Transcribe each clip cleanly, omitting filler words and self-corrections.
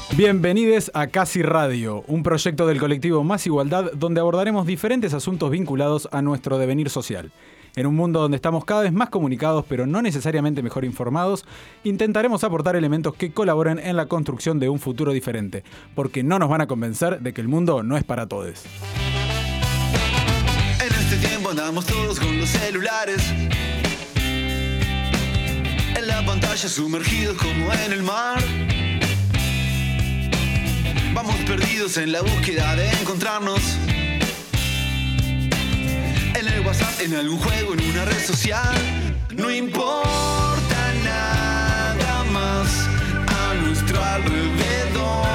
Bienvenidos a Casi Radio, un proyecto del colectivo Más Igualdad donde abordaremos diferentes asuntos vinculados a nuestro devenir social. En un mundo donde estamos cada vez más comunicados pero no necesariamente mejor informados, intentaremos aportar elementos que colaboren en la construcción de un futuro diferente, porque no nos van a convencer de que el mundo no es para todos. En este tiempo andamos todos con los celulares, en la pantalla sumergidos como en el mar. Vamos perdidos en la búsqueda de encontrarnos, en el WhatsApp, en algún juego, en una red social. No importa nada más a nuestro alrededor.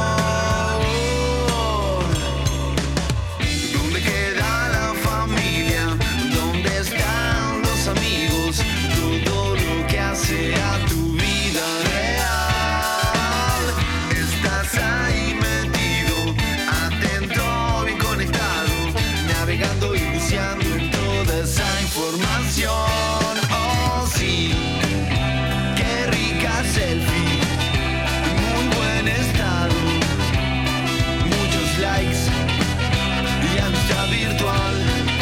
¿Dónde queda la familia? ¿Dónde están los amigos? Todo lo que hace a tu vida real. Estás ahí metido, atento, bien conectado, navegando y buceando en toda esa información. Oh sí, qué rica selfie, muy buen estado, muchos likes y amistad virtual.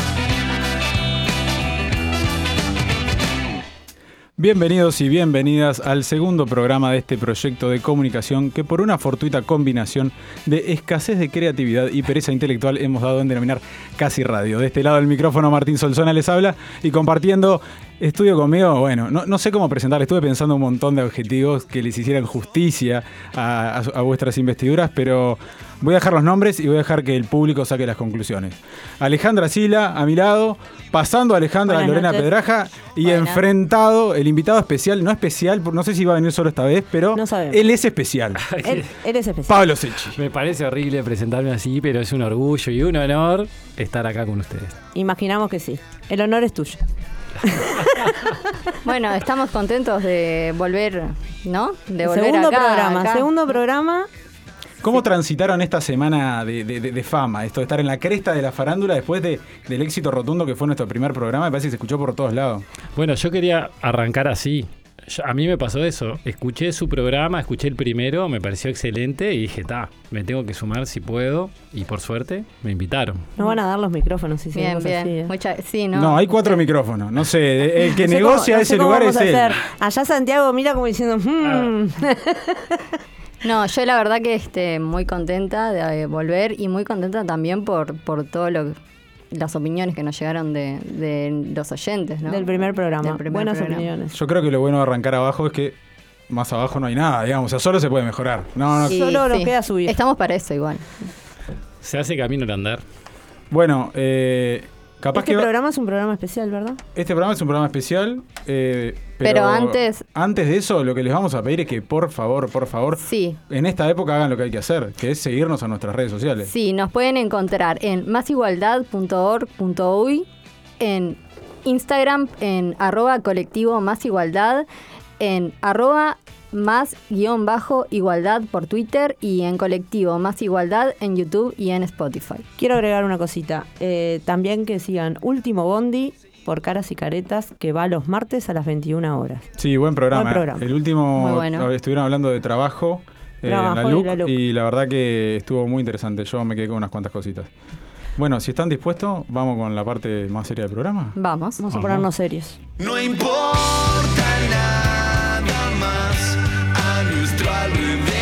Bienvenidos y bienvenidas al segundo programa de este proyecto de comunicación que por una fortuita combinación de escasez de creatividad y pereza intelectual hemos dado en denominar Casi Radio. De este lado del micrófono Martín Solsona les habla y compartiendo estudio conmigo, bueno, no sé cómo presentar, estuve pensando un montón de objetivos que les hicieran justicia a vuestras investiduras, pero voy a dejar los nombres y voy a dejar que el público saque las conclusiones. Alejandra Sila, a mi lado, pasando a Alejandra Buenas Lorena noches. Pedraja y Buenas. enfrentado el invitado especial, no especial, no sé si va a venir solo esta vez, pero No sabemos. él es especial. Él es especial. Pablo Secchi. Me parece horrible presentarme así, pero es un orgullo y un honor estar acá con ustedes. Imaginamos que sí. El honor es tuyo. Bueno, estamos contentos de volver, ¿no? De volver Segundo acá, programa. acá. Segundo programa. ¿Cómo transitaron esta semana de fama? Esto de estar en la cresta de la farándula después del éxito rotundo que fue nuestro primer programa, me parece que se escuchó por todos lados. Bueno, yo quería arrancar así. A mí me pasó eso. Escuché su programa, escuché el primero, me pareció excelente y dije, me tengo que sumar si puedo. Y por suerte me invitaron. Nos van a dar los micrófonos si Bien, seguimos bien. así. Sí, ¿no? No, hay 4 micrófonos. No sé, el que No sé negocia cómo- no sé ese cómo lugar vamos es a él. hacer. Allá Santiago mira como diciendo, No, yo la verdad que muy contenta de volver y muy contenta también por todo las opiniones que nos llegaron de los oyentes, ¿no? del primer programa. Del primer Buenas programa. opiniones. Yo creo que lo bueno de arrancar abajo es que más abajo no hay nada, digamos. O sea, solo se puede mejorar. No. Y Solo nos queda subir. Estamos para eso igual. Se hace camino al andar. Bueno, capaz Este que programa es un programa especial, ¿verdad? este programa es un programa especial. Pero antes de eso, lo que les vamos a pedir es que por favor, Sí. en esta época hagan lo que hay que hacer, que es seguirnos a nuestras redes sociales. Sí, nos pueden encontrar en masigualdad.org.uy, en Instagram en @colectivo más igualdad, en @más_igualdad por Twitter y en colectivo más igualdad en YouTube y en Spotify. Quiero agregar una cosita. También que sigan Último Bondi por Caras y Caretas, que va los martes a las 21 horas. Sí, buen programa. Buen programa. El último Muy bueno. estuvieron hablando de trabajo, en Trabajo la y LUC, la LUC. y la verdad que estuvo muy interesante. Yo me quedé con unas cuantas cositas. Bueno, si están dispuestos, vamos con la parte más seria del programa. Vamos. Vamos a Ajá. ponernos serios. No importa nada más a nuestro alrededor.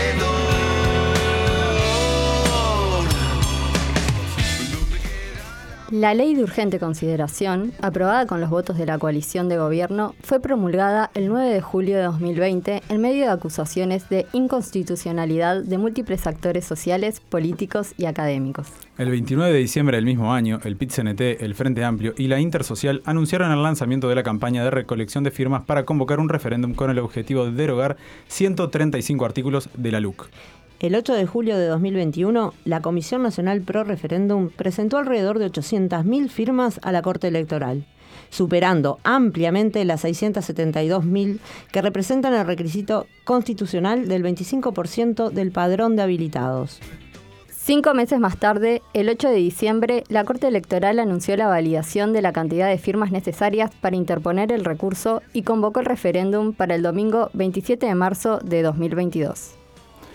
La Ley de Urgente Consideración, aprobada con los votos de la coalición de gobierno, fue promulgada el 9 de julio de 2020 en medio de acusaciones de inconstitucionalidad de múltiples actores sociales, políticos y académicos. El 29 de diciembre del mismo año, el PIT-CNT, el Frente Amplio y la Intersocial anunciaron el lanzamiento de la campaña de recolección de firmas para convocar un referéndum con el objetivo de derogar 135 artículos de la LUC. El 8 de julio de 2021, la Comisión Nacional Pro Referéndum presentó alrededor de 800.000 firmas a la Corte Electoral, superando ampliamente las 672.000 que representan el requisito constitucional del 25% del padrón de habilitados. 5 meses más tarde, el 8 de diciembre, la Corte Electoral anunció la validación de la cantidad de firmas necesarias para interponer el recurso y convocó el referéndum para el domingo 27 de marzo de 2022.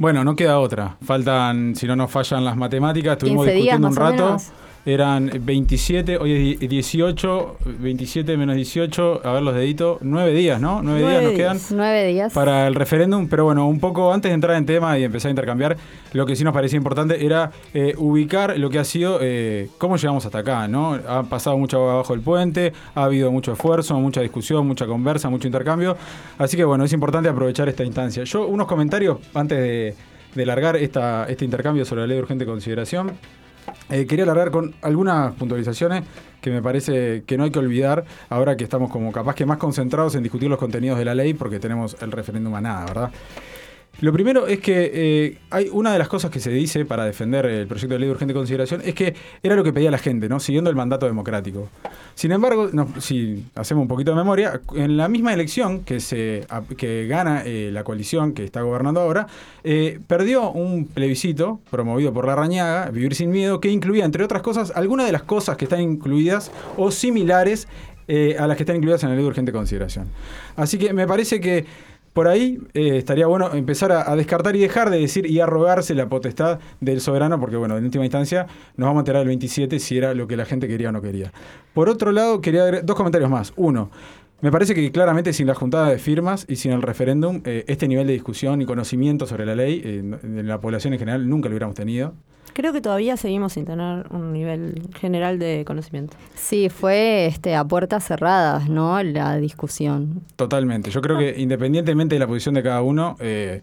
Bueno, no queda otra. Faltan, si no nos fallan las matemáticas, estuvimos 15 días discutiendo un más o rato. menos. Eran 27, hoy es 18, 27 menos 18, a ver los deditos, 9 días, ¿no? 9 días nos quedan 9 días. para el referéndum, pero bueno, un poco antes de entrar en tema y empezar a intercambiar, lo que sí nos parecía importante era ubicar lo que ha sido, cómo llegamos hasta acá, ¿no? Ha pasado mucha agua abajo del puente, ha habido mucho esfuerzo, mucha discusión, mucha conversa, mucho intercambio, así que bueno, es importante aprovechar esta instancia. Yo, unos comentarios antes de largar este intercambio sobre la ley de urgente consideración. Quería largar con algunas puntualizaciones que me parece que no hay que olvidar ahora que estamos como capaz que más concentrados en discutir los contenidos de la ley porque tenemos el referéndum a nada, ¿verdad? Lo primero es que hay una de las cosas que se dice para defender el proyecto de ley de urgente consideración es que era lo que pedía la gente, ¿no? Siguiendo el mandato democrático. Sin embargo, si hacemos un poquito de memoria, en la misma elección que gana la coalición que está gobernando ahora, perdió un plebiscito promovido por Larrañaga, Vivir sin Miedo, que incluía, entre otras cosas, algunas de las cosas que están incluidas o similares a las que están incluidas en la ley de urgente consideración. Así que me parece que por ahí estaría bueno empezar a descartar y dejar de decir y arrogarse la potestad del soberano, porque bueno, en última instancia nos vamos a enterar el 27 si era lo que la gente quería o no quería. Por otro lado, quería agregar 2 comentarios más. Uno, me parece que claramente sin la juntada de firmas y sin el referéndum, este nivel de discusión y conocimiento sobre la ley de la población en general nunca lo hubiéramos tenido. Creo que todavía seguimos sin tener un nivel general de conocimiento. Sí, fue a puertas cerradas, ¿no? La discusión. Totalmente. Yo creo que independientemente de la posición de cada uno,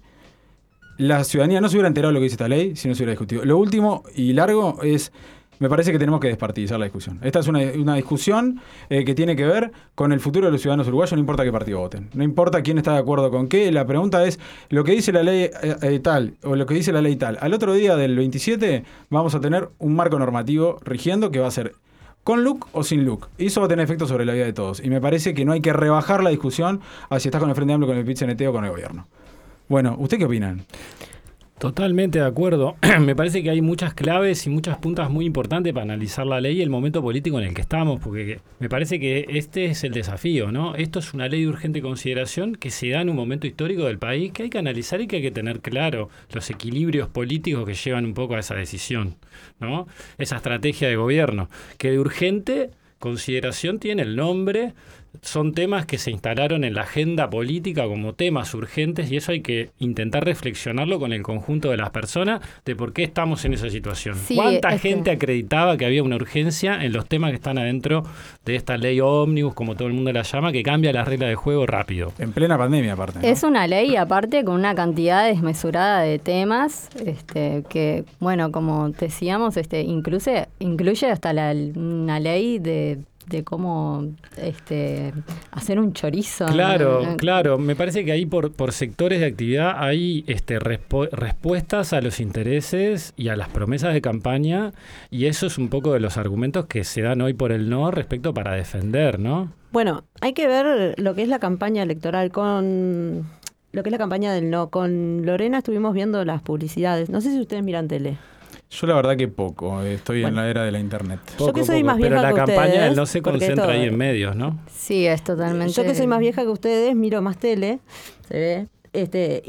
la ciudadanía no se hubiera enterado de lo que dice esta ley si no se hubiera discutido. Lo último y largo es, me parece que tenemos que despartidizar la discusión. Esta es una discusión que tiene que ver con el futuro de los ciudadanos uruguayos, no importa qué partido voten. No importa quién está de acuerdo con qué, la pregunta es lo que dice la ley tal o lo que dice la ley tal. Al otro día del 27 vamos a tener un marco normativo rigiendo que va a ser con look o sin look. Y eso va a tener efecto sobre la vida de todos. Y me parece que no hay que rebajar la discusión a si estás con el Frente Amplio, con el PIT-CNT o con el gobierno. Bueno, ¿usted qué opinan? Totalmente de acuerdo. Me parece que hay muchas claves y muchas puntas muy importantes para analizar la ley y el momento político en el que estamos, porque me parece que este es el desafío, ¿no? Esto es una ley de urgente consideración que se da en un momento histórico del país que hay que analizar y que hay que tener claro los equilibrios políticos que llevan un poco a esa decisión, ¿no? Esa estrategia de gobierno, que de urgente consideración tiene el nombre. Son temas que se instalaron en la agenda política como temas urgentes y eso hay que intentar reflexionarlo con el conjunto de las personas de por qué estamos en esa situación. Sí, ¿Cuánta gente acreditaba que había una urgencia en los temas que están adentro de esta ley ómnibus, como todo el mundo la llama, que cambia las reglas de juego rápido? En plena pandemia, aparte, ¿no? Es una ley, aparte, con una cantidad desmesurada de temas que, bueno, como decíamos, incluye hasta una ley de cómo hacer un chorizo. Claro. Me parece que ahí por sectores de actividad hay respuestas a los intereses y a las promesas de campaña, y eso es un poco de los argumentos que se dan hoy por el no respecto para defender, ¿no? Bueno, hay que ver lo que es la campaña electoral con lo que es la campaña del no. Con Lorena estuvimos viendo las publicidades. No sé si ustedes miran tele. Yo la verdad que poco, estoy en la era de la internet. Yo que soy más vieja pero la que campaña ustedes, del no se concentra ahí en medios, ¿no? Sí, es totalmente. Yo que soy más vieja que ustedes, miro más tele, se ve,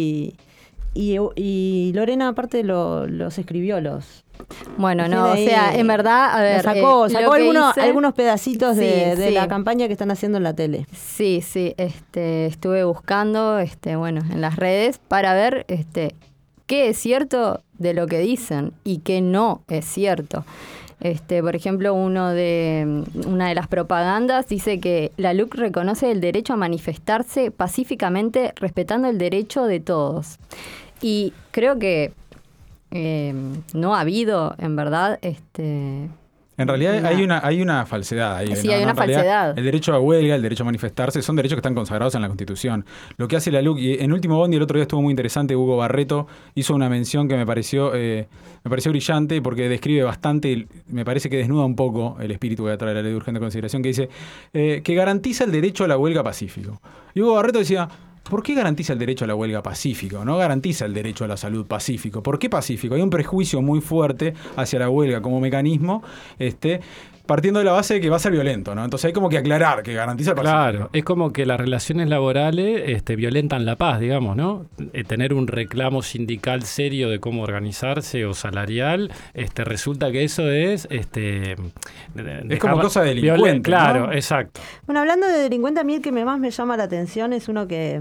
y Lorena aparte los escribió Bueno, no, o sea, en verdad, a ver, sacó algunos pedacitos Sí, de sí. la campaña que están haciendo en la tele. Sí, estuve buscando, en las redes para ver, qué es cierto de lo que dicen y qué no es cierto. Por ejemplo, una de las propagandas dice que la LUC reconoce el derecho a manifestarse pacíficamente respetando el derecho de todos. Y creo que no ha habido, en verdad, En realidad hay una falsedad ahí. Sí, hay una falsedad. El derecho a huelga, el derecho a manifestarse, son derechos que están consagrados en la Constitución. Lo que hace la LUC, y en Último Bondi el otro día estuvo muy interesante, Hugo Barreto hizo una mención que me pareció brillante porque describe bastante, me parece que desnuda un poco el espíritu que trae la ley de urgente consideración, que dice que garantiza el derecho a la huelga pacífico. Y Hugo Barreto decía, ¿por qué garantiza el derecho a la huelga pacífico? No garantiza el derecho a la salud pacífico. ¿Por qué pacífico? Hay un prejuicio muy fuerte hacia la huelga como mecanismo, partiendo de la base de que va a ser violento, ¿no? Entonces hay como que aclarar que garantiza el pacífico. Claro, es como que las relaciones laborales violentan la paz, digamos, ¿no? Tener un reclamo sindical serio de cómo organizarse o salarial, resulta que eso es... es como cosa de delincuente, claro, ¿no? Exacto. Bueno, hablando de delincuente, a mí el que más me llama la atención es uno que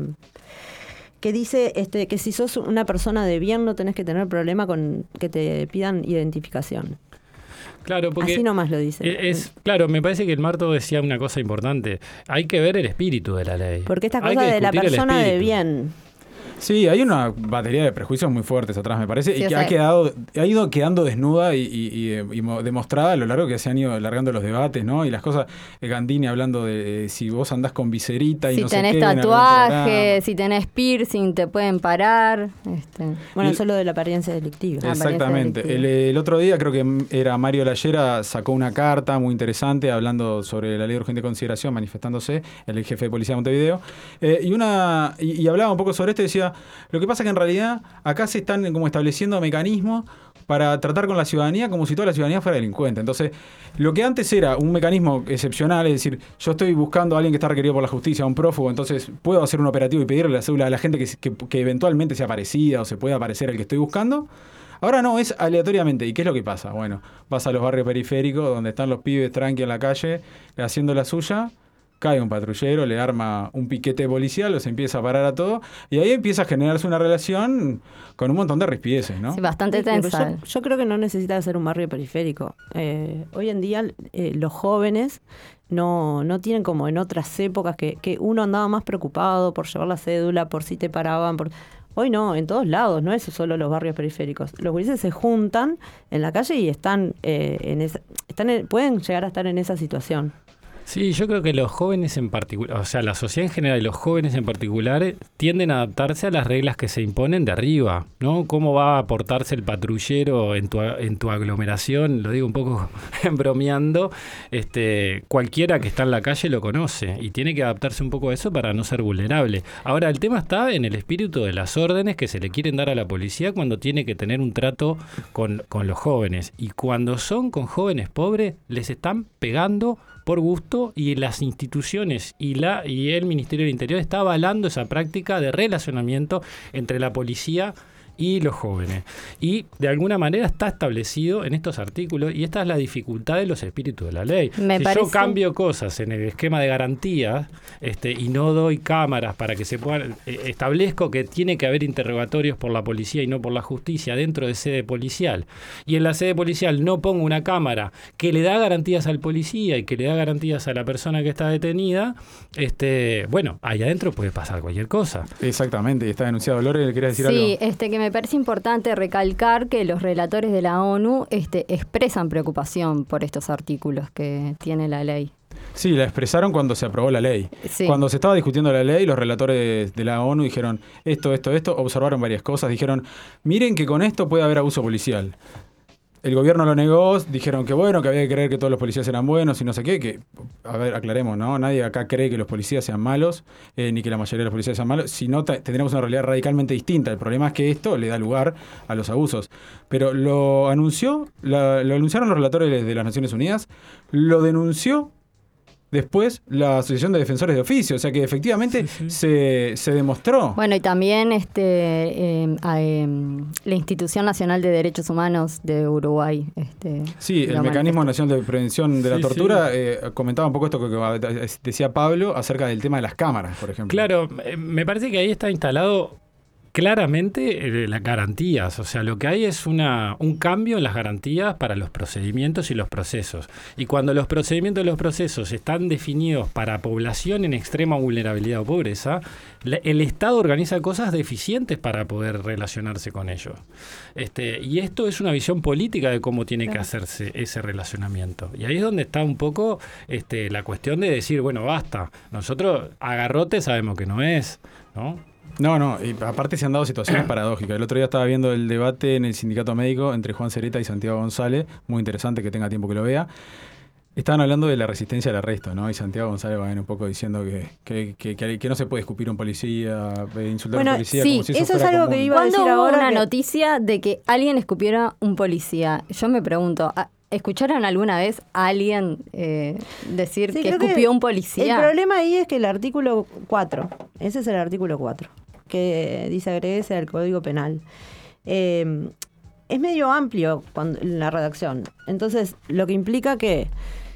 dice que si sos una persona de bien no tenés que tener problema con que te pidan identificación. Claro, porque así nomás lo dice. Claro, me parece que el Marto decía una cosa importante. Hay que ver el espíritu de la ley. Porque esta cosa de la persona de bien. Sí, hay una batería de prejuicios muy fuertes atrás, me parece, sí, y que ha ido quedando desnuda y demostrada a lo largo que se han ido alargando los debates, ¿no? Y las cosas, Gandini hablando de si vos andás con viserita y si no sé qué. Si tenés tatuaje, si tenés piercing, te pueden parar. Bueno, eso es lo de la apariencia delictiva. Exactamente. El otro día creo que era Mario Lallera, sacó una carta muy interesante hablando sobre la ley de urgente consideración, manifestándose, el jefe de policía de Montevideo, y hablaba un poco sobre esto y decía, lo que pasa es que en realidad acá se están como estableciendo mecanismos para tratar con la ciudadanía como si toda la ciudadanía fuera delincuente. Entonces, lo que antes era un mecanismo excepcional, es decir, yo estoy buscando a alguien que está requerido por la justicia, a un prófugo, entonces puedo hacer un operativo y pedirle la cédula a la gente que eventualmente sea parecida o se pueda parecer al que estoy buscando. Ahora no, es aleatoriamente. ¿Y qué es lo que pasa? Bueno, vas a los barrios periféricos donde están los pibes tranqui en la calle haciendo la suya. Cae un patrullero, le arma un piquete policial, los empieza a parar a todo, y ahí empieza a generarse una relación con un montón de rispieces, ¿no? Sí, bastante tensa. Yo creo que no necesita ser un barrio periférico. Hoy en día los jóvenes no tienen como en otras épocas que uno andaba más preocupado por llevar la cédula, por si te paraban, Hoy no, en todos lados, no es solo los barrios periféricos. Los gurises se juntan en la calle y pueden llegar a estar en esa situación. Sí, yo creo que los jóvenes en particular, o sea, la sociedad en general y los jóvenes en particular tienden a adaptarse a las reglas que se imponen de arriba, ¿no? ¿Cómo va a portarse el patrullero en tu aglomeración? Lo digo un poco bromeando. Cualquiera que está en la calle lo conoce y tiene que adaptarse un poco a eso para no ser vulnerable. Ahora, el tema está en el espíritu de las órdenes que se le quieren dar a la policía cuando tiene que tener un trato con los jóvenes. Y cuando son con jóvenes pobres, les están pegando por gusto, y las instituciones y el Ministerio del Interior está avalando esa práctica de relacionamiento entre la policía y los jóvenes. Y de alguna manera está establecido en estos artículos, y esta es la dificultad de los espíritus de la ley. Yo cambio cosas en el esquema de garantías y no doy cámaras para que se puedan... establezco que tiene que haber interrogatorios por la policía y no por la justicia dentro de sede policial. Y en la sede policial no pongo una cámara que le da garantías al policía y que le da garantías a la persona que está detenida. Bueno, ahí adentro puede pasar cualquier cosa. Exactamente, y está denunciado. Lore, ¿le querés decir algo? Sí, que me parece importante recalcar que los relatores de la ONU expresan preocupación por estos artículos que tiene la ley. Sí, la expresaron cuando se aprobó la ley. Sí. Cuando se estaba discutiendo la ley, los relatores de la ONU dijeron esto, observaron varias cosas, dijeron, miren que con esto puede haber abuso policial. El gobierno lo negó, dijeron que bueno, que había que creer que todos los policías eran buenos y no sé qué, que, a ver, aclaremos, ¿no? Nadie acá cree que los policías sean malos, ni que la mayoría de los policías sean malos, sino tendremos una realidad radicalmente distinta. El problema es que esto le da lugar a los abusos. Pero lo anunciaron los relatores de las Naciones Unidas, lo denunció después la Asociación de Defensores de Oficio, o sea que efectivamente se demostró. Bueno, y también la Institución Nacional de Derechos Humanos de Uruguay. Sí, el Mecanismo Nacional de Prevención de la Tortura comentaba un poco esto que decía Pablo acerca del tema de las cámaras, por ejemplo. Claro, me parece que ahí está instalado claramente las garantías, o sea, lo que hay es un cambio en las garantías para los procedimientos y los procesos. Y cuando los procedimientos y los procesos están definidos para población en extrema vulnerabilidad o pobreza, el Estado organiza cosas deficientes para poder relacionarse con ellos. Y esto es una visión política de cómo tiene que hacerse ese relacionamiento. Y ahí es donde está un poco la cuestión de decir, bueno, basta, nosotros a garrote sabemos que no es, ¿no? No, y aparte se han dado situaciones paradójicas. El otro día estaba viendo el debate en el sindicato médico entre Juan Cereta y Santiago González, muy interesante, que tenga tiempo que lo vea. Estaban hablando de la resistencia al arresto, ¿no? Y Santiago González va un poco diciendo que no se puede escupir a un policía, insultar a un policía, sí, como si eso es fuera algo común. que iba a decir ¿Cuándo hubo ahora una noticia de que alguien escupiera un policía? Yo me pregunto, ¿Escucharon alguna vez a alguien decir Sí, que creo escupió a un policía? El problema ahí es que el artículo 4, ese es el artículo 4, que dice agreguese al Código Penal. Es medio amplio en la redacción. Entonces, lo que implica que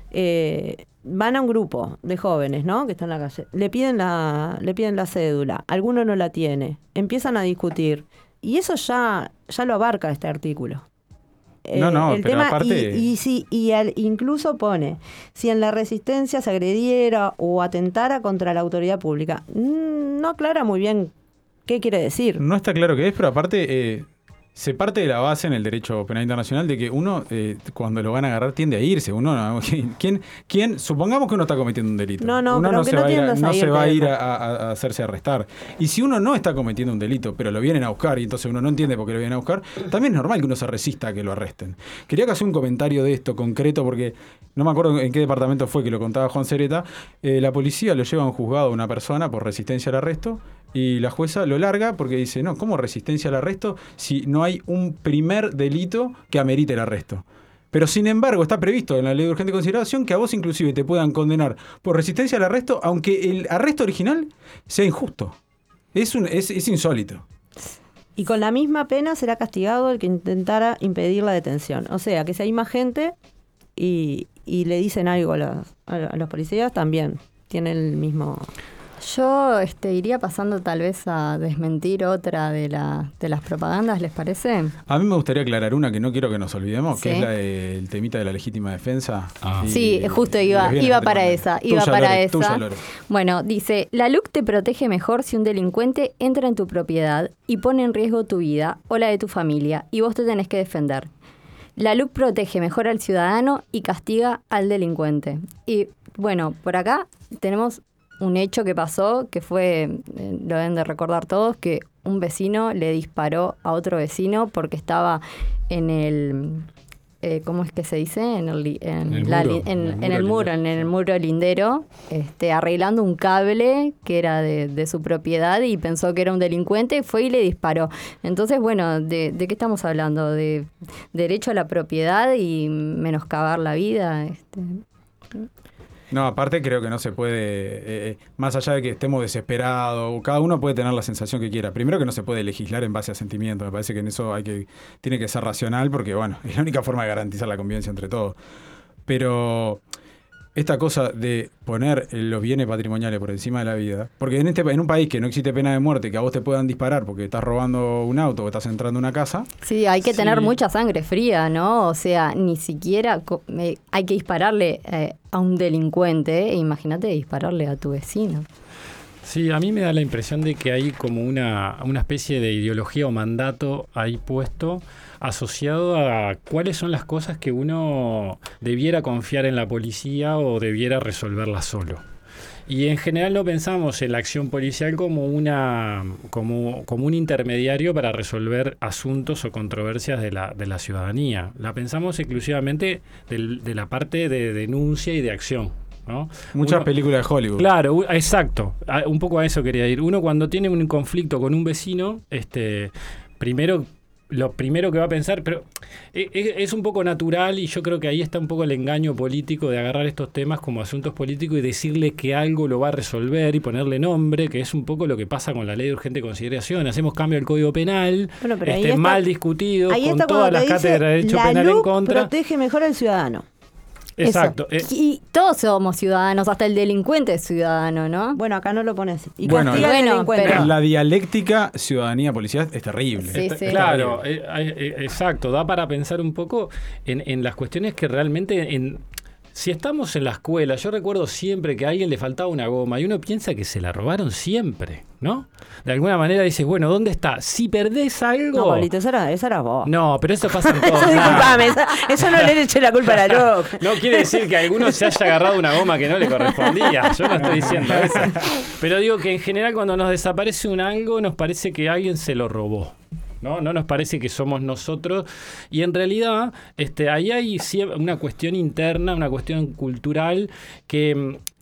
van a un grupo de jóvenes, ¿no?, que están en la calle, le piden la cédula, alguno no la tiene, empiezan a discutir, y eso ya lo abarca este artículo. No, el pero tema, aparte... incluso pone, si en la resistencia se agrediera o atentara contra la autoridad pública. No aclara muy bien qué quiere decir. No está claro qué es, pero aparte se parte de la base en el derecho penal internacional de que uno, cuando lo van a agarrar, tiende a irse. ¿Quién? Supongamos que uno está cometiendo un delito. No, uno pero no que se no va a ir, tiendas a no se irte va a ir de a hacerse arrestar. Y si uno no está cometiendo un delito, pero lo vienen a buscar y entonces uno no entiende por qué lo vienen a buscar, también es normal que uno se resista a que lo arresten. Quería que hacer un comentario de esto concreto porque no me acuerdo en qué departamento fue que lo contaba Juan Cereta. La policía lo lleva a un juzgado a una persona por resistencia al arresto y la jueza lo larga porque dice, no, ¿cómo resistencia al arresto si no hay un primer delito que amerite el arresto? Pero sin embargo está previsto en la ley de urgente consideración que a vos inclusive te puedan condenar por resistencia al arresto aunque el arresto original sea injusto. Es insólito. Y con la misma pena será castigado el que intentara impedir la detención. O sea, que si hay más gente y le dicen algo a los policías, también tiene el mismo... Yo iría pasando tal vez a desmentir otra de las propagandas, ¿les parece? A mí me gustaría aclarar una que no quiero que nos olvidemos, Sí. que es la del temita de la legítima defensa. Sí, justo iba para esa. Tuya, Lore. Bueno, dice, la LUC te protege mejor si un delincuente entra en tu propiedad y pone en riesgo tu vida o la de tu familia y vos te tenés que defender. La LUC protege mejor al ciudadano y castiga al delincuente. Y bueno, por acá tenemos un hecho que pasó, que fue, lo deben de recordar todos, que un vecino le disparó a otro vecino porque estaba en el... ¿cómo es que se dice? En el muro lindero, arreglando un cable que era de su propiedad y pensó que era un delincuente, fue y le disparó. Entonces, bueno, ¿de qué estamos hablando? ¿De derecho a la propiedad y menoscabar la vida? No, aparte creo que no se puede, más allá de que estemos desesperados, cada uno puede tener la sensación que quiera. Primero que no se puede legislar en base a sentimientos, me parece que en eso tiene que ser racional porque, bueno, es la única forma de garantizar la convivencia entre todos. Pero esta cosa de poner los bienes patrimoniales por encima de la vida, porque en un país que no existe pena de muerte, que a vos te puedan disparar porque estás robando un auto o estás entrando a una casa. Sí, hay que tener mucha sangre fría, ¿no? O sea, ni siquiera hay que dispararle a un delincuente, imagínate dispararle a tu vecino. Sí, a mí me da la impresión de que hay como una especie de ideología o mandato ahí puesto asociado a cuáles son las cosas que uno debiera confiar en la policía o debiera resolverlas solo. Y en general no pensamos en la acción policial como un intermediario para resolver asuntos o controversias de la ciudadanía. La pensamos exclusivamente de la parte de denuncia y de acción, ¿no? Muchas películas de Hollywood. Claro, exacto. Un poco a eso quería ir. Uno cuando tiene un conflicto con un vecino, lo primero que va a pensar, pero es un poco natural y yo creo que ahí está un poco el engaño político de agarrar estos temas como asuntos políticos y decirle que algo lo va a resolver y ponerle nombre, que es un poco lo que pasa con la ley de urgente consideración. Hacemos cambio al Código Penal, bueno, pero ahí está, mal discutido, con todas las cátedras de derecho la penal LUC en contra. Protege mejor al ciudadano. Exacto. Y todos somos ciudadanos, hasta el delincuente es ciudadano, ¿no? Bueno, acá no lo pones. Y bueno, castiga al delincuente. pero- La dialéctica ciudadanía-policía es terrible. Sí, sí. Claro, exacto. Da para pensar un poco en las cuestiones que realmente... Si estamos en la escuela, yo recuerdo siempre que a alguien le faltaba una goma y uno piensa que se la robaron siempre, ¿no? De alguna manera dices, bueno, ¿dónde está? Si perdés algo... No, Pablito, esa era vos. No, pero eso pasa en todos Disculpame, eso no le eché la culpa a la LUC. No quiere decir que alguno se haya agarrado una goma que no le correspondía. Yo no estoy diciendo eso. Pero digo que en general cuando nos desaparece un algo, nos parece que alguien se lo robó. No nos parece que somos nosotros y en realidad ahí hay una cuestión interna, una cuestión cultural que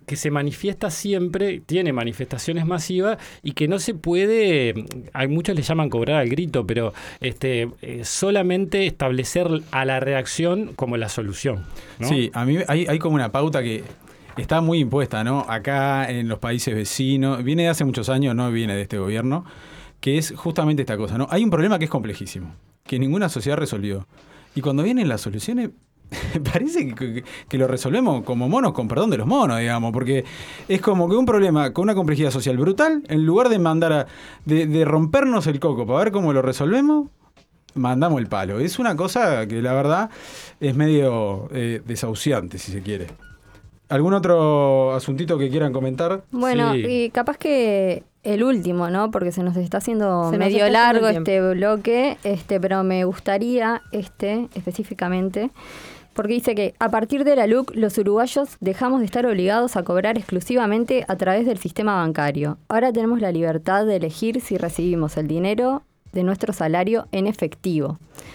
que se manifiesta siempre, tiene manifestaciones masivas y que no se puede, hay muchos le llaman cobrar al grito, pero solamente establecer a la reacción como la solución, ¿no? Sí, a mí hay como una pauta que está muy impuesta, ¿no? Acá en los países vecinos, viene de hace muchos años, no viene de este gobierno, que es justamente esta cosa, ¿no? Hay un problema que es complejísimo, que ninguna sociedad resolvió. Y cuando vienen las soluciones, parece que lo resolvemos como monos, con perdón de los monos, digamos, porque es como que un problema con una complejidad social brutal, en lugar de mandar de rompernos el coco para ver cómo lo resolvemos, mandamos el palo. Es una cosa que la verdad es medio desahuciante, si se quiere. ¿Algún otro asuntito que quieran comentar? Bueno, Sí. y capaz que el último, ¿no? Porque se nos está haciendo Se nos medio está haciendo largo el este bloque, pero me gustaría específicamente, porque dice que a partir de la LUC los uruguayos dejamos de estar obligados a cobrar exclusivamente a través del sistema bancario. Ahora tenemos la libertad de elegir si recibimos el dinero de nuestro salario en efectivo.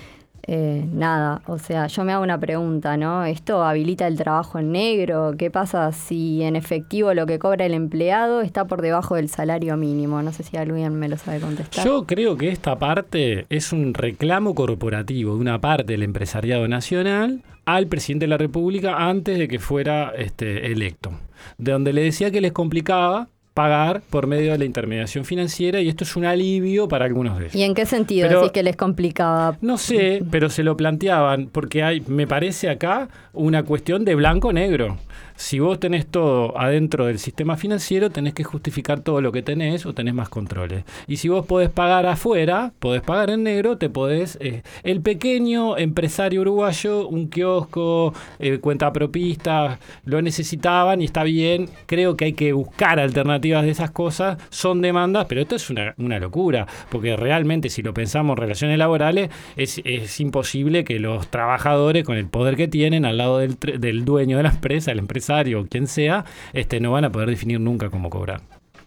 Nada, o sea, yo me hago una pregunta, ¿no? ¿Esto habilita el trabajo en negro? ¿Qué pasa si en efectivo lo que cobra el empleado está por debajo del salario mínimo? No sé si alguien me lo sabe contestar. Yo creo que esta parte es un reclamo corporativo de una parte del empresariado nacional al presidente de la República antes de que fuera electo, de donde le decía que les complicaba pagar por medio de la intermediación financiera y esto es un alivio para algunos de ellos. ¿Y en qué sentido Pero- decís que les complicaba? No sé, pero se lo planteaban porque me parece acá una cuestión de blanco-negro. Si vos tenés todo adentro del sistema financiero, tenés que justificar todo lo que tenés o tenés más controles. Y si vos podés pagar afuera, podés pagar en negro, te podés... el pequeño empresario uruguayo, un kiosco, cuentapropistas, lo necesitaban y está bien. Creo que hay que buscar alternativas de esas cosas. Son demandas, pero esto es una locura. Porque realmente, si lo pensamos en relaciones laborales, es imposible que los trabajadores, con el poder que tienen al lado del dueño de la empresa, el empresario o quien sea, no van a poder definir nunca cómo cobrar.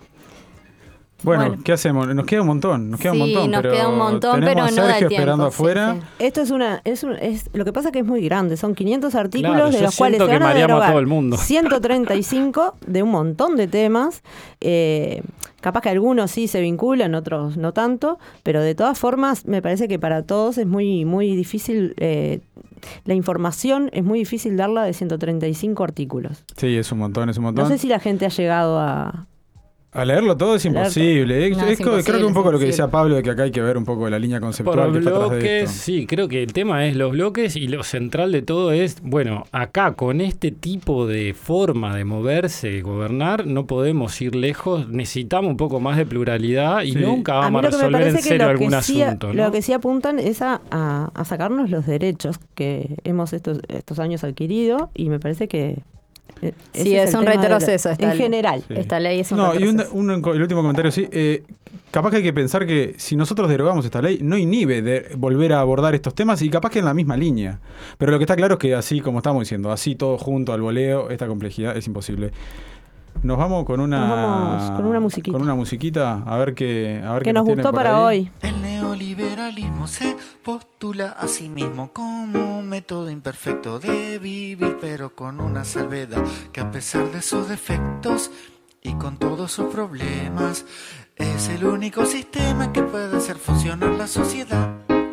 Bueno, Bueno. ¿qué hacemos? Nos queda un montón, Sí, nos queda un montón, tenemos pero a no da Sergio el tiempo, esperando sí, afuera. sí. Esto lo que pasa que es muy grande, son 500 artículos Claro, de yo los cuales siento se que van a mareamos a derogar todo el mundo. 135 de un montón de temas. Capaz que algunos sí se vinculan, otros no tanto, pero de todas formas me parece que para todos es muy, muy difícil, la información es muy difícil darla de 135 artículos. Sí, es un montón, es un montón. No sé si la gente ha llegado a leerlo todo es A leer imposible. todo. No, es Creo que imposible, un poco es lo que decía imposible. Pablo, de que acá hay que ver un poco la línea conceptual Por que está atrás de bloques, esto. sí, creo que el tema es los bloques y lo central de todo es, bueno, acá con este tipo de forma de moverse y gobernar no podemos ir lejos, necesitamos un poco más de pluralidad y Sí. nunca A mí vamos a lo que me resolver en parece que serio lo que algún sí, asunto, ¿no? lo que sí apuntan es a sacarnos los derechos que hemos estos años adquirido y me parece que ese Sí, es el un tema retroceso en esta general. Sí. Esta ley es un No, y retroceso. el último comentario, sí. Capaz que hay que pensar que si nosotros derogamos esta ley, no inhibe de volver a abordar estos temas y capaz que en la misma línea. Pero lo que está claro es que así, como estamos diciendo, así todo junto al voleo, esta complejidad es imposible. Nos vamos con una... Nos vamos con una musiquita. Con una musiquita, a ver qué Que nos tienen gustó por para ahí. hoy. El neoliberalismo se postula a sí mismo como un método imperfecto de vivir, pero con una salvedad, que a pesar de sus defectos y con todos sus problemas, es el único sistema que puede hacer funcionar la sociedad.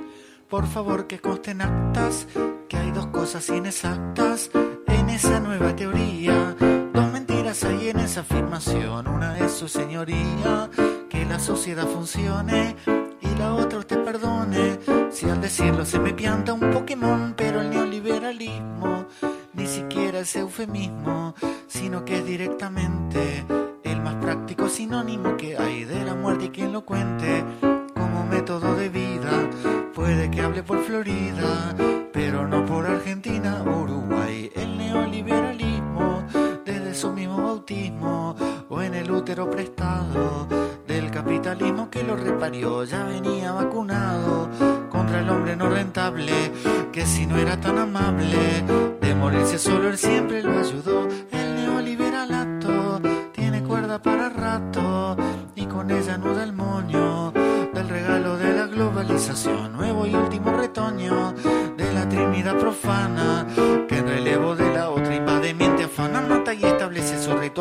Por favor, que consten actas que hay dos cosas inexactas en esa nueva teoría. Dos mentiras hay en esa afirmación. Una es su señoría, que la sociedad funcione, y la otra usted perdone si al decirlo se me pianta un Pokémon. Pero el neoliberalismo ni siquiera es eufemismo, sino que es directamente el más práctico sinónimo que hay de la muerte, y quien lo cuente como método de vida puede que hable por Florida, pero no por Argentina o Uruguay. El neoliberalismo, desde su mismo bautismo o en el útero prestado del capitalismo que lo reparió, ya venía vacunado contra el hombre no rentable, que si no era tan amable de morirse solo, él siempre lo ayudó. El neoliberalato tiene cuerda para rato y con ella no da el moño del regalo de la globalización, nuevo y último retoño de la Trinidad profana, que en relevo de la otra invade, miente, afana, mata y establece su ritual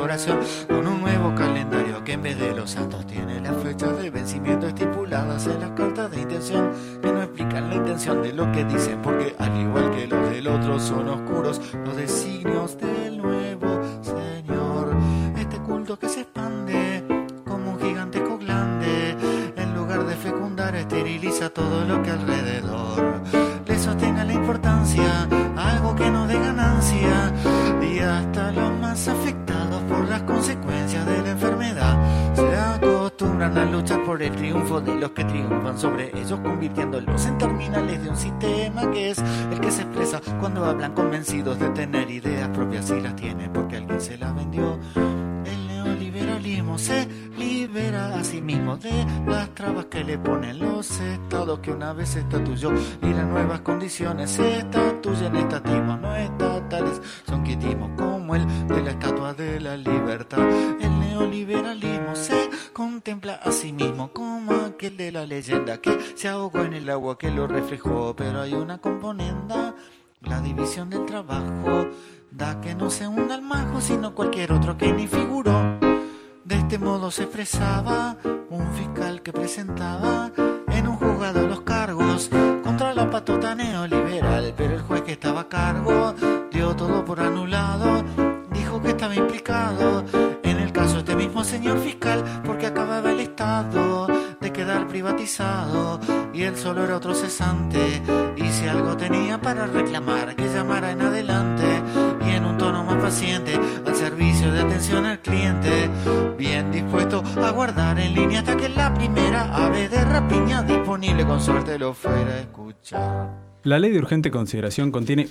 oración, con un nuevo calendario que en vez de los santos tiene las fechas de vencimiento estipuladas en las cartas de intención, que no explican la intención de lo que dicen, porque al igual que los del otro son oscuros los designios del nuevo Señor. Este culto que se expande como un gigantesco glande, en lugar de fecundar esteriliza todo lo que alrededor le sostenga la importancia, algo que no dé ganancia, y hasta los más afectados por las consecuencias de la enfermedad se acostumbran a luchar por el triunfo de los que triunfan sobre ellos, convirtiéndolos en terminales de un sistema que es el que se expresa cuando hablan convencidos de tener ideas propias y las tienen porque alguien se las vendió. El neoliberalismo se libera a sí mismo de las trabas que le ponen los estados que una vez estatuyó, y las nuevas condiciones se estatuyen estatismos no estatales, son quietismos como el de la estatua de la libertad. El neoliberalismo se contempla a sí mismo como aquel de la leyenda que se ahogó en el agua que lo reflejó, pero hay una componenda, la división del trabajo, da que no se hunda el majo sino cualquier otro que ni figuró. De este modo se expresaba un fiscal que presentaba en un juzgado los cargos contra la patota neoliberal, pero el juez que estaba a cargo dio todo por anulado, dijo que estaba implicado en el caso este mismo señor fiscal, porque acababa el Estado de quedar privatizado y él solo era otro cesante, y si algo tenía para reclamar que llamara en adelante y en un tono más paciente al servicio de atención al cliente, bien dispuesto a guardar en línea hasta que la primera ave de rapiña disponible con suerte lo fuera a escuchar. La Ley de Urgente Consideración contiene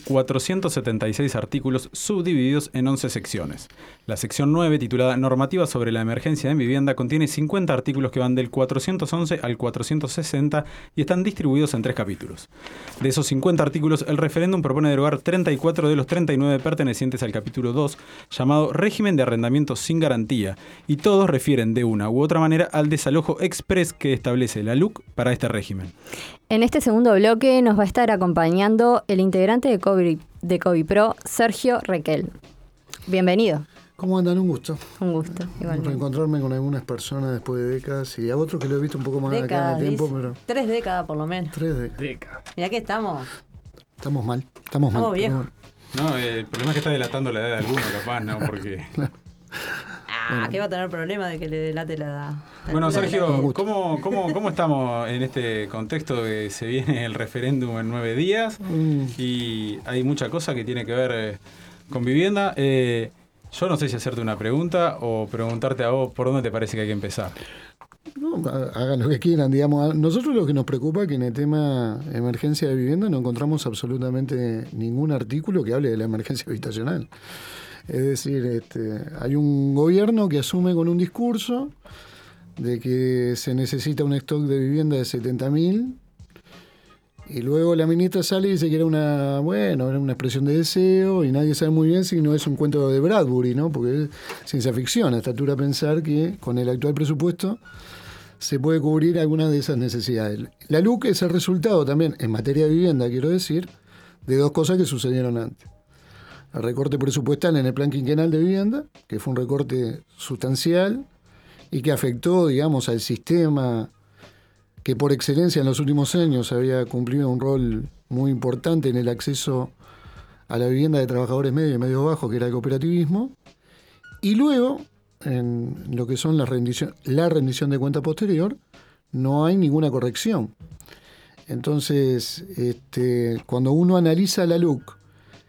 476 artículos subdivididos en 11 secciones. La sección 9, titulada Normativa sobre la emergencia en vivienda, contiene 50 artículos que van del 411 al 460 y están distribuidos en 3 capítulos. De esos 50 artículos, el referéndum propone derogar 34 de los 39 pertenecientes al capítulo 2, llamado Régimen de Arrendamiento sin Garantía, y todos refieren de una u otra manera al desalojo express que establece la LUC para este régimen. En este segundo bloque nos va a estar acompañando el integrante de COVIPRO, Sergio Requel. Bienvenido. ¿Cómo andan? Un gusto. Un gusto, igualmente. Reencontrarme con algunas personas después de décadas y a otros que lo he visto un poco más acá en el tiempo, pero... 3 décadas por lo menos. 3 décadas. Mirá que estamos. Estamos mal. Estamos viejos. No, el problema es que está delatando la edad de alguno, capaz, ¿no? Porque... Bueno. ¿Qué va a tener problema de que le delate la edad? Bueno, Sergio, ¿cómo estamos en este contexto de que se viene el referéndum en 9 días? Y hay mucha cosa que tiene que ver con vivienda. Yo no sé si hacerte una pregunta o preguntarte a vos por dónde te parece que hay que empezar. No, hagan lo que quieran, digamos. Nosotros lo que nos preocupa es que en el tema emergencia de vivienda no encontramos absolutamente ningún artículo que hable de la emergencia habitacional. Es decir, hay un gobierno que asume con un discurso de que se necesita un stock de vivienda de 70.000 y luego la ministra sale y dice que era una expresión de deseo y nadie sabe muy bien si no es un cuento de Bradbury, ¿no? Porque es ciencia ficción, a esta altura pensar que con el actual presupuesto se puede cubrir algunas de esas necesidades. La LUC es el resultado también, en materia de vivienda, quiero decir, de 2 cosas que sucedieron antes. El recorte presupuestal en el plan quinquenal de vivienda, que fue un recorte sustancial y que afectó, digamos, al sistema que por excelencia en los últimos años había cumplido un rol muy importante en el acceso a la vivienda de trabajadores medios y medios bajos, que era el cooperativismo. Y luego, en lo que son la rendición de cuenta posterior, no hay ninguna corrección. Entonces, cuando uno analiza la LUC,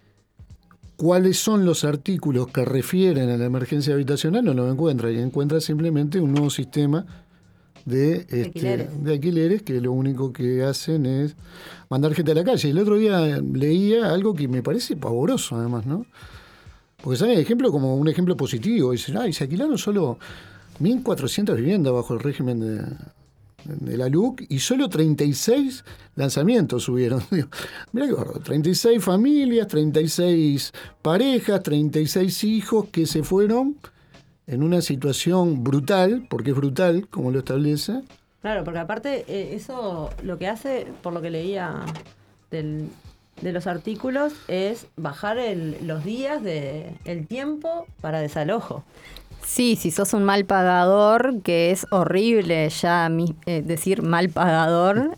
cuáles son los artículos que refieren a la emergencia habitacional, no lo encuentra, y encuentra simplemente un nuevo sistema de alquileres que lo único que hacen es mandar gente a la calle. El otro día leía algo que me parece pavoroso, además, ¿no? Porque sale el ejemplo como un ejemplo positivo. Dicen, se alquilaron solo 1.400 viviendas bajo el régimen de la LUC y solo 36 lanzamientos subieron. Mirá qué gordo, 36 familias, 36 parejas, 36 hijos que se fueron en una situación brutal, porque es brutal, como lo establece. Claro, porque aparte eso lo que hace, por lo que leía del de los artículos es bajar los días el tiempo para desalojo. Sí, si sos un mal pagador, que es horrible ya decir mal pagador,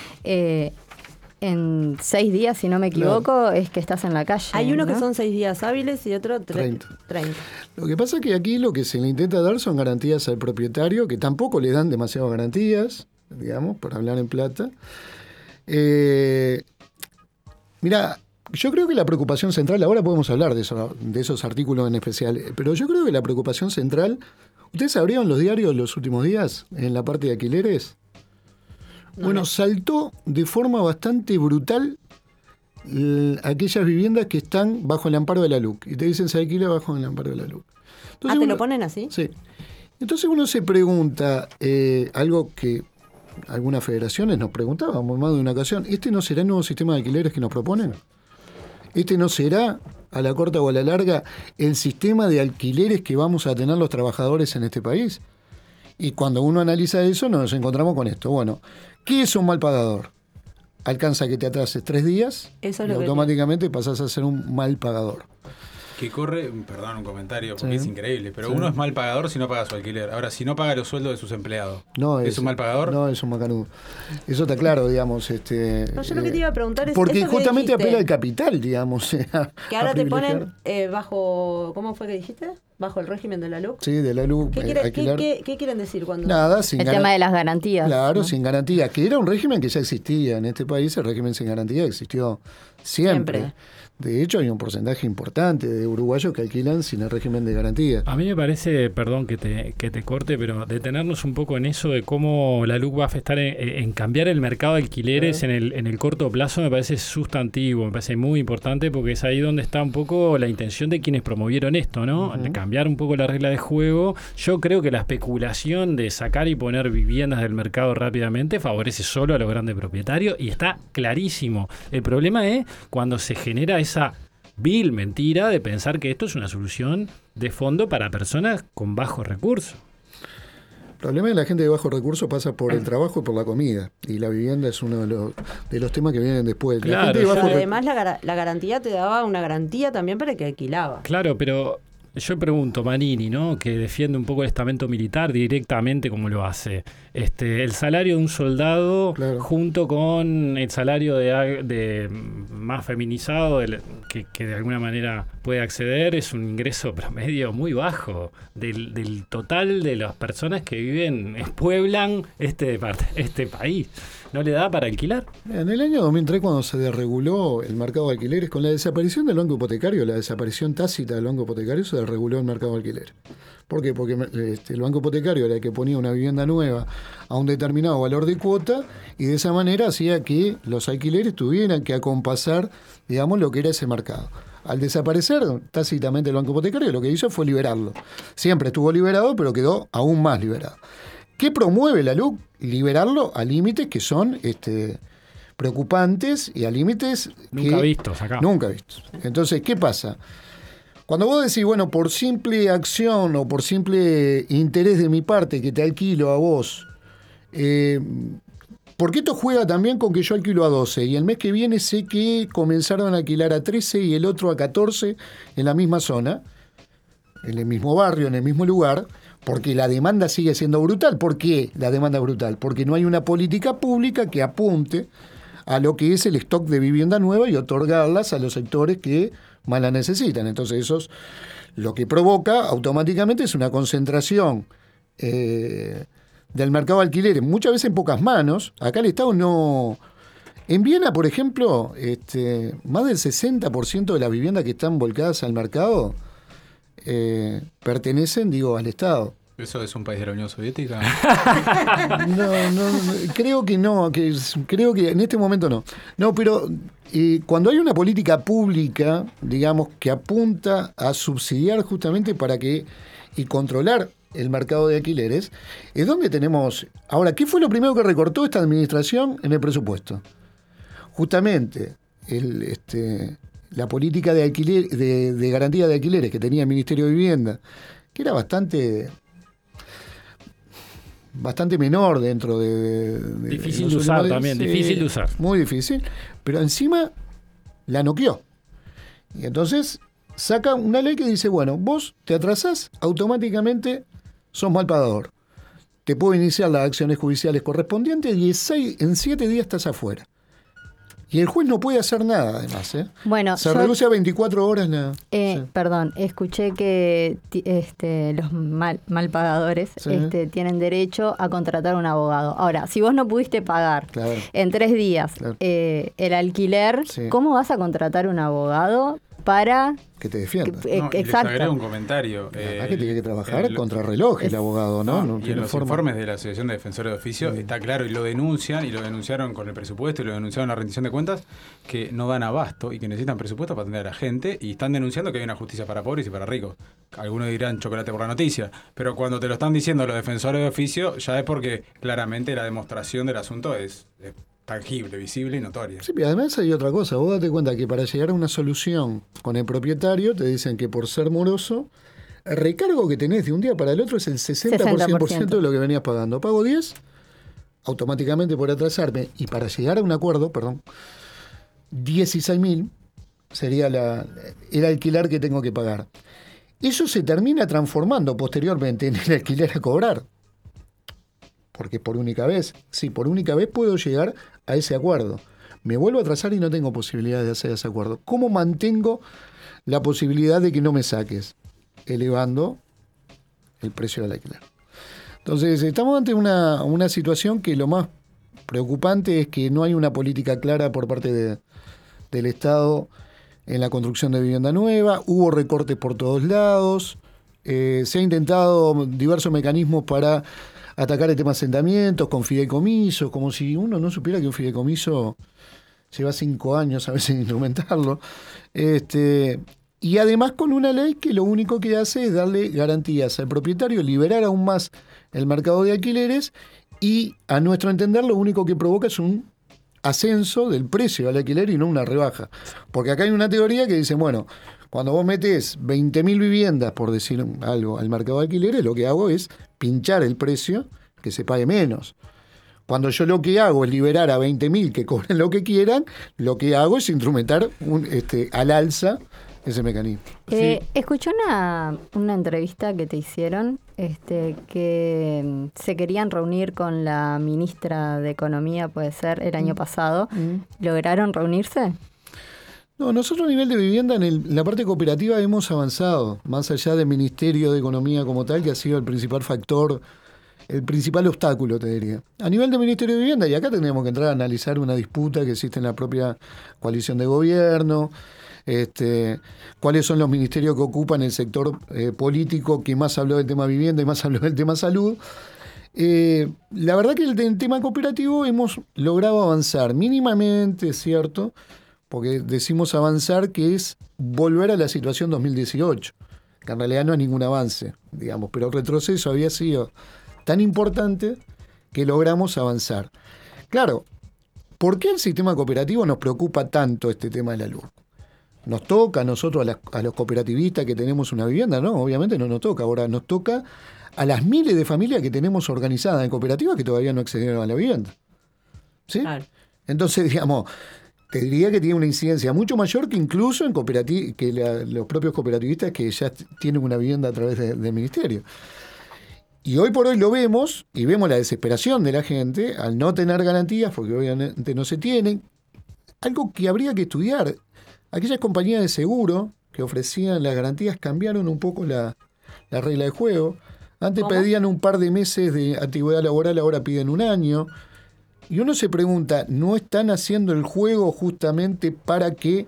en 6 días, si no me equivoco, es que estás en la calle. Hay uno ¿no? que son 6 días hábiles y otro 30. Lo que pasa es que aquí lo que se le intenta dar son garantías al propietario, que tampoco le dan demasiadas garantías, digamos, para hablar en plata. Mira, yo creo que la preocupación central, ahora podemos hablar de esos artículos en especial, pero yo creo que la preocupación central, ¿ustedes abrieron los diarios los últimos días en la parte de alquileres? No. Bueno, saltó de forma bastante brutal aquellas viviendas que están bajo el amparo de la LUC. Y te dicen se alquila bajo el amparo de la LUC. Entonces, ¿te lo ponen así? Sí. Entonces uno se pregunta, algo que algunas federaciones nos preguntábamos más de una ocasión, ¿este no será el nuevo sistema de alquileres que nos proponen? ¿Este no será, a la corta o a la larga, el sistema de alquileres que vamos a tener los trabajadores en este país? Y cuando uno analiza eso, nos encontramos con esto. Bueno, ¿qué es un mal pagador? Alcanza que te atrases 3 días y automáticamente pasás a ser un mal pagador. Que corre, perdón, un comentario, porque es increíble, pero uno es mal pagador si no paga su alquiler. Ahora, si no paga los sueldos de sus empleados, ¿es un mal pagador? No, es un macanudo. Eso está claro, digamos. No, yo lo que te iba a preguntar es... Porque justamente apela al capital, digamos. Que ahora te ponen bajo... ¿Cómo fue que dijiste? ¿Bajo el régimen de la LUC? Sí, de la LUC. ¿Qué quieren decir cuando...? Nada, el tema de las garantías. Claro, ¿no? Sin garantía. Que era un régimen que ya existía en este país. El régimen sin garantía existió siempre. De hecho, hay un porcentaje importante de uruguayos que alquilan sin el régimen de garantía. A mí me parece, perdón que te corte, pero detenernos un poco en eso de cómo la LUC va a afectar en cambiar el mercado de alquileres en el corto plazo, me parece sustantivo, me parece muy importante, porque es ahí donde está un poco la intención de quienes promovieron esto, ¿no? Cambiar un poco la regla de juego. Yo creo que la especulación de sacar y poner viviendas del mercado rápidamente favorece solo a los grandes propietarios, y está clarísimo. El problema es cuando se genera esa vil mentira de pensar que esto es una solución de fondo para personas con bajos recursos. El problema de la gente de bajos recursos pasa por el trabajo y por la comida. Y la vivienda es uno de los temas que vienen después. Claro, pero además la garantía te daba una garantía también para el que alquilaba. Claro, pero yo pregunto, Manini, ¿no?, que defiende un poco el estamento militar directamente como lo hace. El salario de un soldado, claro, junto con el salario de más feminizado que de alguna manera puede acceder, es un ingreso promedio muy bajo del total de las personas que pueblan este país. ¿No le da para alquilar? En el año 2003, cuando se desreguló el mercado de alquileres, con la desaparición del banco hipotecario, la desaparición tácita del banco hipotecario, se desreguló el mercado de alquileres. ¿Por qué? Porque el banco hipotecario era el que ponía una vivienda nueva a un determinado valor de cuota, y de esa manera hacía que los alquileres tuvieran que acompasar, digamos, lo que era ese mercado. Al desaparecer tácitamente el banco hipotecario, lo que hizo fue liberarlo. Siempre estuvo liberado, pero quedó aún más liberado. ¿Qué promueve la LUC? Liberarlo a límites que son preocupantes y a límites nunca vistos acá. Nunca vistos. Entonces, ¿qué pasa? Cuando vos decís, bueno, por simple acción o por simple interés de mi parte que te alquilo a vos, porque esto juega también con que yo alquilo a 12 y el mes que viene sé que comenzaron a alquilar a 13 y el otro a 14 en la misma zona, en el mismo barrio, en el mismo lugar, porque la demanda sigue siendo brutal. ¿Por qué la demanda es brutal? Porque no hay una política pública que apunte a lo que es el stock de vivienda nueva y otorgarlas a los sectores que más la necesitan. Entonces eso es lo que provoca automáticamente es una concentración del mercado de alquileres, muchas veces en pocas manos. Acá el Estado no... En Viena, por ejemplo, más del 60% de las viviendas que están volcadas al mercado pertenecen, al Estado. ¿Eso es un país de la Unión Soviética? No, creo que no, creo que en este momento no. No, pero cuando hay una política pública, digamos, que apunta a subsidiar justamente para que y controlar el mercado de alquileres, es donde tenemos... Ahora, ¿qué fue lo primero que recortó esta administración en el presupuesto? Justamente la política de alquiler, de garantía de alquileres que tenía el Ministerio de Vivienda, que era bastante menor dentro de difícil de usar también, difícil de usar. Muy difícil, pero encima la noqueó. Y entonces saca una ley que dice, bueno, vos te atrasás, automáticamente sos mal pagador. Te puedo iniciar las acciones judiciales correspondientes y en 7 días estás afuera. Y el juez no puede hacer nada, además. Bueno, se reduce a 24 horas sí. Perdón, escuché que los mal pagadores tienen derecho a contratar un abogado. Ahora, si vos no pudiste pagar en 3 días el alquiler, ¿cómo vas a contratar un abogado para que te defienda? Exacto. Les agrego un comentario. Que tiene que trabajar contra reloj el abogado, ¿no? Y en los informes de la Asociación de Defensores de Oficio está claro, y lo denunciaron con el presupuesto, y lo denunciaron en la rendición de cuentas, que no dan abasto y que necesitan presupuesto para atender a la gente, y están denunciando que hay una justicia para pobres y para ricos. Algunos dirán chocolate por la noticia, pero cuando te lo están diciendo los defensores de oficio, ya es porque claramente la demostración del asunto es tangible, visible y notoria. Sí, y además hay otra cosa. Vos date cuenta que para llegar a una solución con el propietario te dicen que por ser moroso, el recargo que tenés de un día para el otro es el 60% de lo que venías pagando. Pago 10, automáticamente por atrasarme, y para llegar a un acuerdo, 16.000 sería el alquiler que tengo que pagar. Eso se termina transformando posteriormente en el alquiler a cobrar. Porque por única vez puedo llegar a ese acuerdo. Me vuelvo a atrasar y no tengo posibilidad de hacer ese acuerdo. ¿Cómo mantengo la posibilidad de que no me saques? Elevando el precio del alquiler. Entonces, estamos ante una situación que lo más preocupante es que no hay una política clara por parte del Estado en la construcción de vivienda nueva. Hubo recortes por todos lados. Se ha intentado diversos mecanismos para atacar el tema de asentamientos, con fideicomisos, como si uno no supiera que un fideicomiso lleva 5 años a veces instrumentarlo. Y además con una ley que lo único que hace es darle garantías al propietario, liberar aún más el mercado de alquileres, y a nuestro entender lo único que provoca es un ascenso del precio del alquiler y no una rebaja. Porque acá hay una teoría que dice, bueno, cuando vos metés 20.000 viviendas, por decir algo, al mercado de alquileres, lo que hago es pinchar el precio, que se pague menos. Cuando yo lo que hago es liberar a 20.000 que cobren lo que quieran, lo que hago es instrumentar al alza ese mecanismo. Escuché una entrevista que te hicieron, que se querían reunir con la ministra de Economía, puede ser, el año pasado. ¿Lograron reunirse? No, nosotros a nivel de vivienda, en la parte cooperativa hemos avanzado, más allá del Ministerio de Economía como tal, que ha sido el principal factor, el principal obstáculo, te diría. A nivel del Ministerio de Vivienda, y acá tendríamos que entrar a analizar una disputa que existe en la propia coalición de gobierno, cuáles son los ministerios que ocupan el sector político que más habló del tema vivienda y más habló del tema salud. La verdad que el tema cooperativo hemos logrado avanzar mínimamente, es cierto, porque decimos avanzar que es volver a la situación 2018, que en realidad no es ningún avance, digamos, pero el retroceso había sido tan importante que logramos avanzar. Claro, ¿por qué el sistema cooperativo nos preocupa tanto este tema de la luz? ¿Nos toca a nosotros, a los cooperativistas que tenemos una vivienda? No, obviamente no nos toca. Ahora nos toca a las miles de familias que tenemos organizadas en cooperativas que todavía no accedieron a la vivienda. ¿Sí? Claro. Entonces, digamos, te diría que tiene una incidencia mucho mayor que incluso en los propios cooperativistas que ya tienen una vivienda a través del ministerio. Y hoy por hoy lo vemos, y vemos la desesperación de la gente al no tener garantías, porque obviamente no se tienen. Algo que habría que estudiar. Aquellas compañías de seguro que ofrecían las garantías cambiaron un poco la regla de juego. Antes pedían un par de meses de antigüedad laboral, ahora piden 1 año. Y uno se pregunta, ¿no están haciendo el juego justamente para que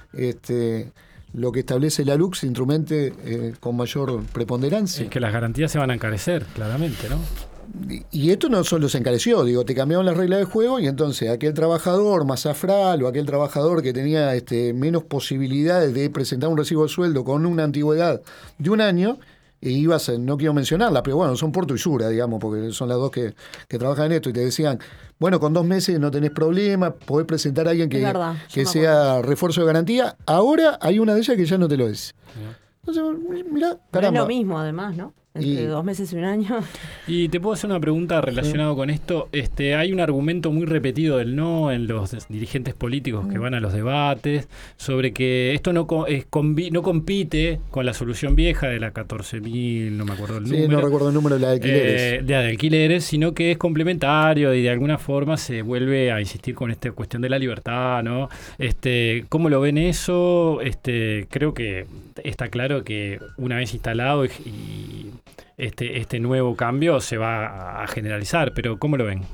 lo que establece la LUC se instrumente con mayor preponderancia? Es que las garantías se van a encarecer, claramente, ¿no? Y esto no solo se encareció, te cambiaron las reglas de juego y entonces aquel trabajador más afral o aquel trabajador que tenía menos posibilidades de presentar un recibo de sueldo con una antigüedad de 1 año, no quiero mencionarla, pero bueno, son Porto y Sura, digamos, porque son las dos que trabajan en esto, y te decían, bueno, con 2 meses no tenés problema, podés presentar a alguien que sea refuerzo de garantía. Ahora hay una de ellas que ya no te lo dice. Entonces, mirá, caramba. No es lo mismo, además, ¿no? Entre 2 meses y un año. Y te puedo hacer una pregunta relacionada con esto. Hay un argumento muy repetido del no en los dirigentes políticos que van a los debates sobre que esto no compite con la solución vieja de la 14.000, no me acuerdo el número. Sí, no recuerdo el número de la de alquileres. De alquileres, sino que es complementario y de alguna forma se vuelve a insistir con esta cuestión de la libertad, ¿no? ¿Cómo lo ven eso? Creo que está claro que una vez instalado y este nuevo cambio se va a generalizar, pero ¿cómo lo ven?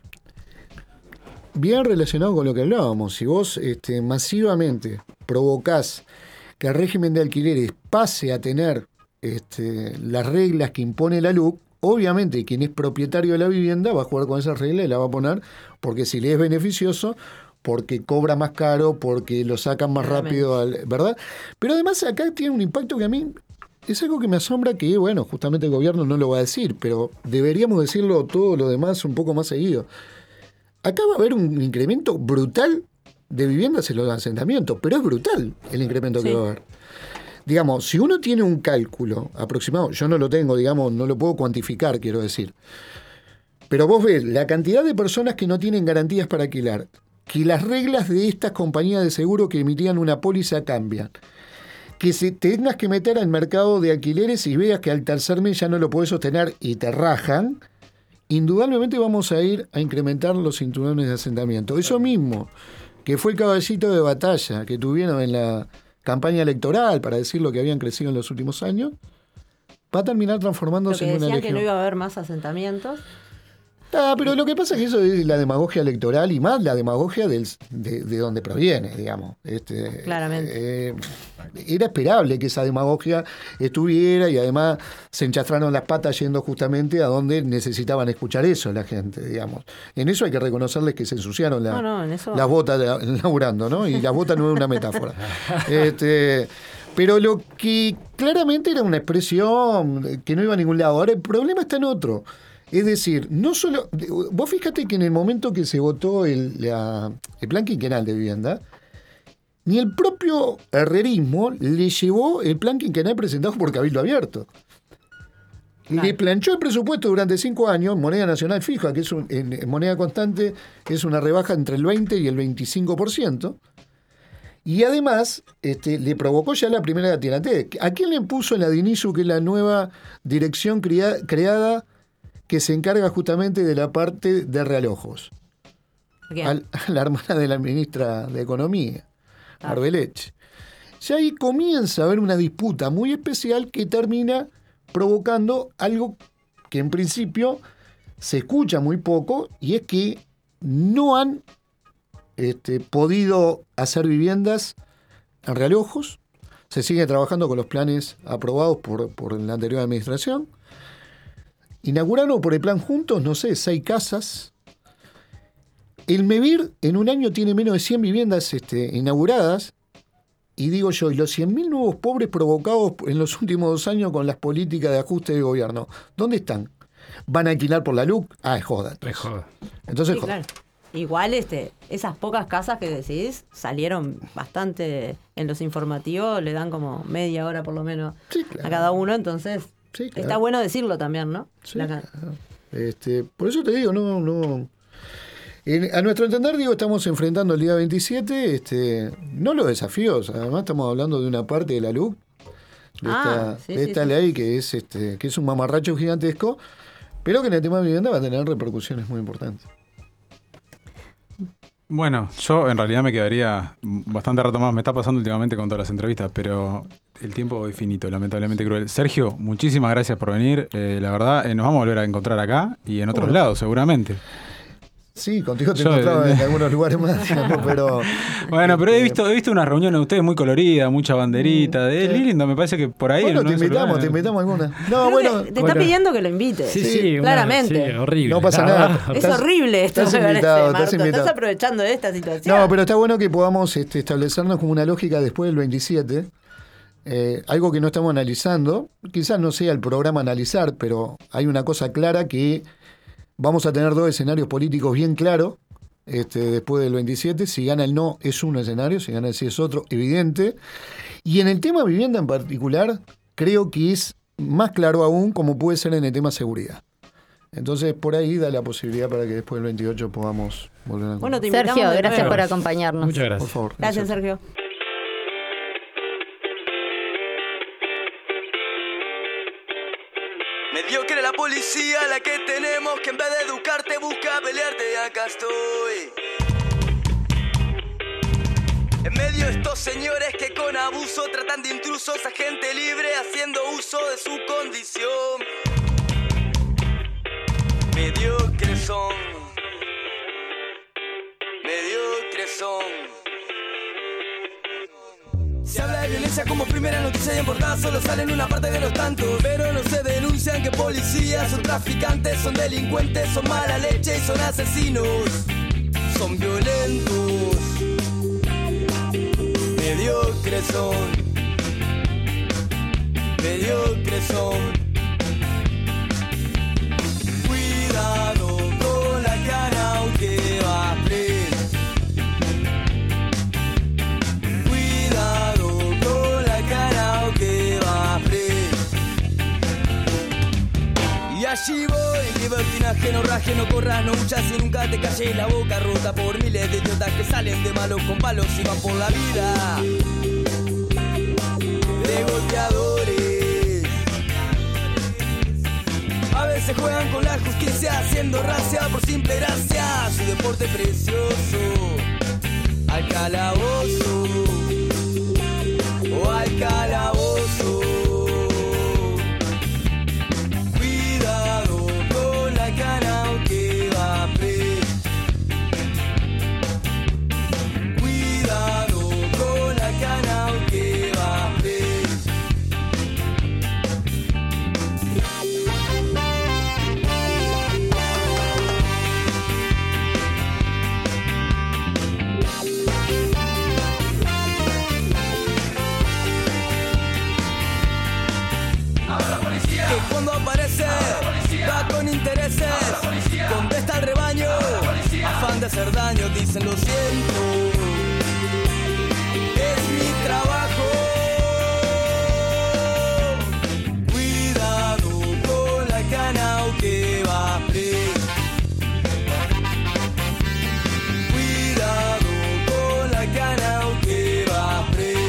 Bien relacionado con lo que hablábamos, si vos masivamente provocás que el régimen de alquileres pase a tener las reglas que impone la LUC, obviamente quien es propietario de la vivienda va a jugar con esas reglas y la va a poner porque si le es beneficioso, porque cobra más caro, porque lo sacan más rápido, ¿verdad? Pero además acá tiene un impacto que a mí es algo que me asombra que, bueno, justamente el gobierno no lo va a decir, pero deberíamos decirlo todo lo demás un poco más seguido. Acá va a haber un incremento brutal de viviendas en los asentamientos, pero es brutal el incremento que va a haber. Digamos, si uno tiene un cálculo aproximado, yo no lo tengo, digamos, no lo puedo cuantificar, quiero decir, pero vos ves la cantidad de personas que no tienen garantías para alquilar, que las reglas de estas compañías de seguro que emitían una póliza cambian, que se tengas que meter al mercado de alquileres y veas que al tercer mes ya no lo podés sostener y te rajan, indudablemente vamos a ir a incrementar los cinturones de asentamiento. Eso mismo, que fue el caballito de batalla que tuvieron en la campaña electoral para decir lo que habían crecido en los últimos años, va a terminar transformándose en una legión. Decían que no iba a haber más asentamientos. Pero lo que pasa es que eso es la demagogia electoral y más la demagogia de donde proviene, digamos. Claramente. Era esperable que esa demagogia estuviera y además se enchastraron las patas yendo justamente a donde necesitaban escuchar eso la gente, digamos. En eso hay que reconocerles que se ensuciaron las botas laburando, ¿no? Y las botas no es una metáfora. Pero lo que claramente era una expresión que no iba a ningún lado. Ahora el problema está en otro. Es decir, no solo. Vos fíjate que en el momento que se votó el plan quinquenal de vivienda, ni el propio herrerismo le llevó el plan quinquenal presentado por Cabildo Abierto. Le planchó el presupuesto durante 5 años, moneda nacional fija, que es en moneda constante, es una rebaja entre el 20 y el 25%. Y además le provocó ya la primera tirantez. ¿A quién le impuso la DINISU, que es la nueva dirección creada que se encarga justamente de la parte de realojos? A la hermana de la ministra de Economía, Arbeleche. Ya ahí comienza a haber una disputa muy especial que termina provocando algo que en principio se escucha muy poco, y es que no han podido hacer viviendas en realojos. Se sigue trabajando con los planes aprobados por la anterior administración. Inauguraron por el plan Juntos, 6 casas. El MEVIR en un año tiene menos de 100 viviendas inauguradas. Y digo yo, y los 100.000 nuevos pobres provocados en los últimos 2 años con las políticas de ajuste del gobierno, ¿dónde están? ¿Van a alquilar por la LUC? Es joda. Es joda. Entonces, sí, joda. Claro. Igual esas pocas casas que decís salieron bastante en los informativos, le dan como media hora por lo menos a cada uno, entonces sí, claro. Está bueno decirlo también, ¿no? Sí, claro. Por eso te digo, no. A nuestro entender, estamos enfrentando el día 27, no los desafíos, además estamos hablando de una parte de la LUC, de esta ley que es un mamarracho gigantesco, pero que en el tema de vivienda va a tener repercusiones muy importantes. Bueno, yo en realidad me quedaría bastante rato más. Me está pasando últimamente con todas las entrevistas, pero el tiempo es finito, lamentablemente cruel. Sergio, muchísimas gracias por venir. La verdad, nos vamos a volver a encontrar acá y en otros lados, seguramente. Sí, contigo te encontraba en algunos lugares más, pero... Bueno, pero he visto unas reuniones de ustedes muy coloridas, mucha banderita. Es lindo, me parece que por ahí... Bueno, te invitamos alguna. No, bueno, te está pidiendo que lo invites. Sí, claramente. Sí, horrible. No pasa nada. Es horrible esto. Estás invitado, estás aprovechando de esta situación. No, pero está bueno que podamos establecernos como una lógica después del 27. Algo que no estamos analizando. Quizás no sea el programa analizar, pero hay una cosa clara que... Vamos a tener 2 escenarios políticos bien claros después del 27. Si gana el no es un escenario, si gana el sí es otro, evidente. Y en el tema vivienda en particular, creo que es más claro aún, como puede ser en el tema seguridad. Entonces, por ahí da la posibilidad para que después del 28 podamos volver a... Bueno, te invitamos Sergio, de gracias nuevo. por acompañarnos. Muchas gracias. Por favor. Gracias, Sergio. Mediocre la policía, la que tenemos, que en vez de educarte busca pelearte, y acá estoy. En medio de estos señores que con abuso tratan de intrusos a gente libre haciendo uso de su condición. Mediocres son. Mediocres son. Se habla de violencia como primera noticia y en portada solo salen una parte de los tantos. Pero no se denuncian que policías son traficantes, son delincuentes, son mala leche y son asesinos. Son violentos. Mediocres son. Mediocres son. Cuidado con la cara aunque baje. Y allí voy, libertinaje, no raje, no corras, no huyas y nunca te calles la boca rota por miles de idiotas que salen de malos con palos y van por la vida de golpeadores. A veces juegan con la justicia haciendo racia por simple gracia, su deporte precioso, al calabozo o al calabozo. Cuando aparece, va con intereses, contesta al rebaño, afán de hacer daño, dicen lo siento, es mi trabajo. Cuidado con la cana o que va a abrir. Cuidado con la cana o que va a abrir.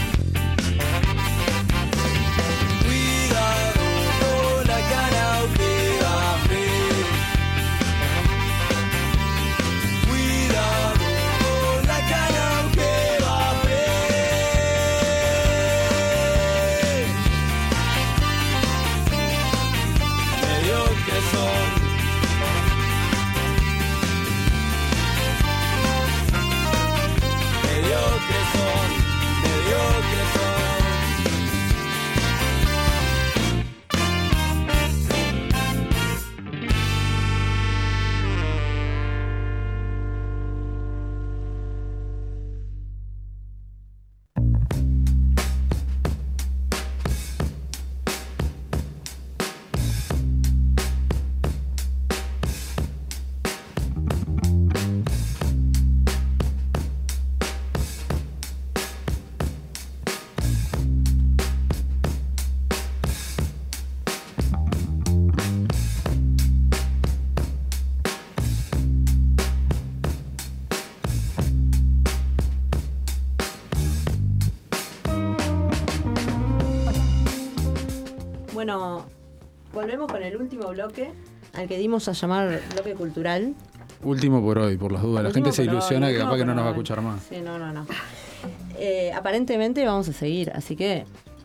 Bueno, volvemos con el último bloque, al que dimos a llamar bloque cultural. Último por hoy, por las dudas. La gente se ilusiona que capaz que no nos va a escuchar más. Sí, no. Aparentemente vamos a seguir, así que...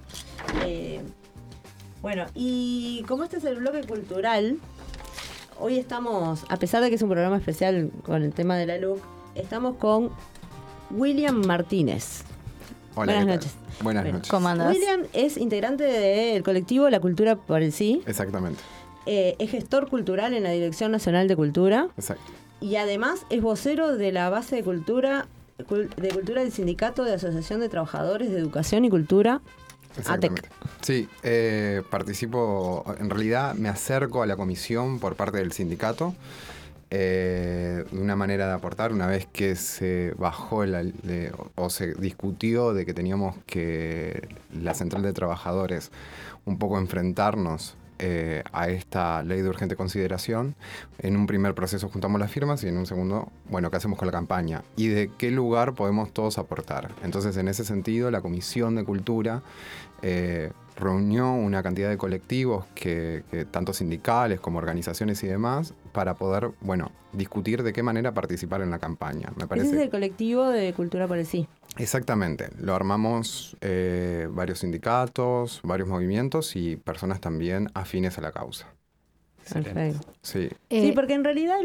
bueno, y como este es el bloque cultural, hoy estamos, a pesar de que es un programa especial con el tema de la LUC, estamos con William Martínez. Hola, buenas noches. Buenas noches. ¿Cómo andás? William es integrante del colectivo La Cultura por el Sí. Exactamente. Es gestor cultural en la Dirección Nacional de Cultura. Exacto. Y además es vocero de la base de cultura del Sindicato de Asociación de Trabajadores de Educación y Cultura, Exactamente. Sí, participo, en realidad me acerco a la comisión por parte del sindicato. de una manera de aportar, una vez que se bajó o se discutió de que teníamos que la Central de Trabajadores un poco enfrentarnos a esta ley de urgente consideración. En un primer proceso juntamos las firmas y en un segundo, bueno, ¿qué hacemos con la campaña? ¿Y de qué lugar podemos todos aportar? Entonces, en ese sentido, la Comisión de Cultura reunió una cantidad de colectivos, que tanto sindicales como organizaciones y demás, para poder, bueno, discutir de qué manera participar en la campaña. Me parece. Ese es el colectivo de Cultura por el Sí. Exactamente. Lo armamos varios sindicatos, varios movimientos y personas también afines a la causa. Perfecto. Sí. Sí, porque en realidad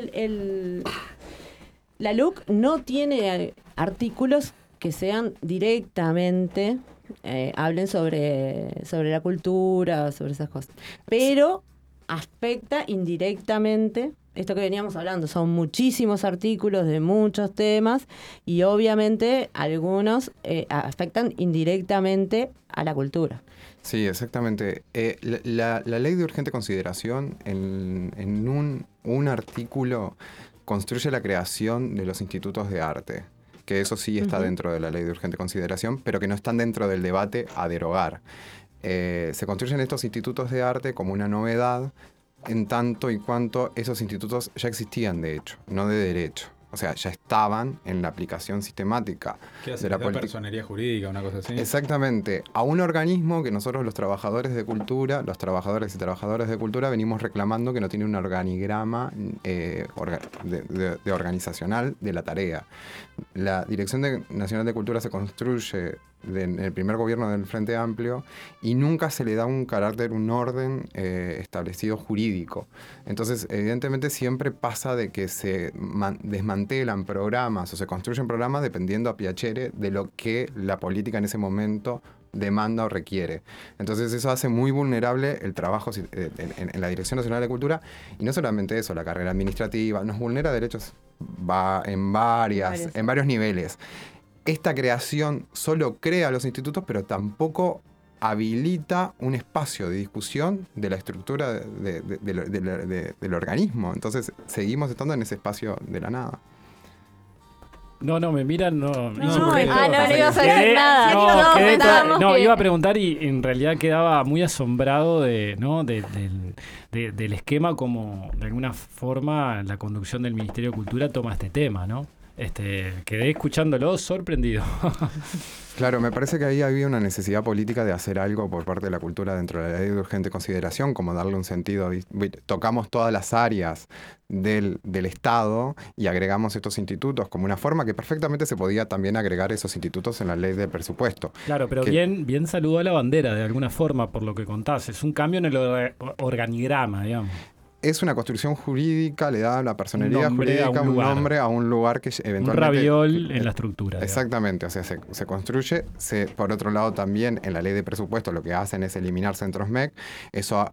la LUC no tiene artículos que sean directamente, hablen sobre la cultura, sobre esas cosas. Pero afecta indirectamente esto que veníamos hablando. Son muchísimos artículos de muchos temas y obviamente algunos afectan indirectamente a la cultura. Sí, exactamente. La ley de urgente consideración en un artículo construye la creación de los institutos de arte, que eso sí está dentro de la ley de urgente consideración, pero que no están dentro del debate a derogar. Se construyen estos institutos de arte como una novedad, en tanto y cuanto esos institutos ya existían, de hecho, no de derecho. O sea, ya estaban en la aplicación sistemática de la política. Personería jurídica, una cosa así. Exactamente. A un organismo que nosotros los trabajadores de cultura, los trabajadores y trabajadoras de cultura, venimos reclamando que no tiene un organigrama de organizacional de la tarea. La Dirección Nacional de Cultura se construye en el primer gobierno del Frente Amplio y nunca se le da un carácter, un orden establecido jurídico. Entonces, evidentemente, siempre pasa de que se desmantelan programas o se construyen programas dependiendo a piacere de lo que la política en ese momento demanda o requiere. Entonces eso hace muy vulnerable el trabajo en la Dirección Nacional de Cultura, y no solamente eso, la carrera administrativa nos vulnera derechos en varios niveles. Esta creación solo crea los institutos, pero tampoco habilita un espacio de discusión de la estructura del organismo. Entonces seguimos estando en ese espacio de la nada. No, me miran, no le ibas a decir nada. Iba a preguntar y en realidad quedaba muy asombrado del esquema como, de alguna forma, la conducción del Ministerio de Cultura toma este tema, ¿no? Quedé escuchándolo sorprendido. Claro, me parece que ahí había una necesidad política de hacer algo por parte de la cultura dentro de la ley de urgente consideración, como darle un sentido. Tocamos todas las áreas del Estado y agregamos estos institutos como una forma que perfectamente se podía también agregar esos institutos en la ley de presupuesto. Claro, pero bien saludó a la bandera de alguna forma por lo que contás. Es un cambio en el organigrama, digamos. Es una construcción jurídica, le da la personería jurídica un nombre a un lugar que eventualmente... Un raviol en la estructura. Exactamente, digamos. O sea, se construye. Por otro lado, también en la ley de presupuesto lo que hacen es eliminar centros MEC. Eso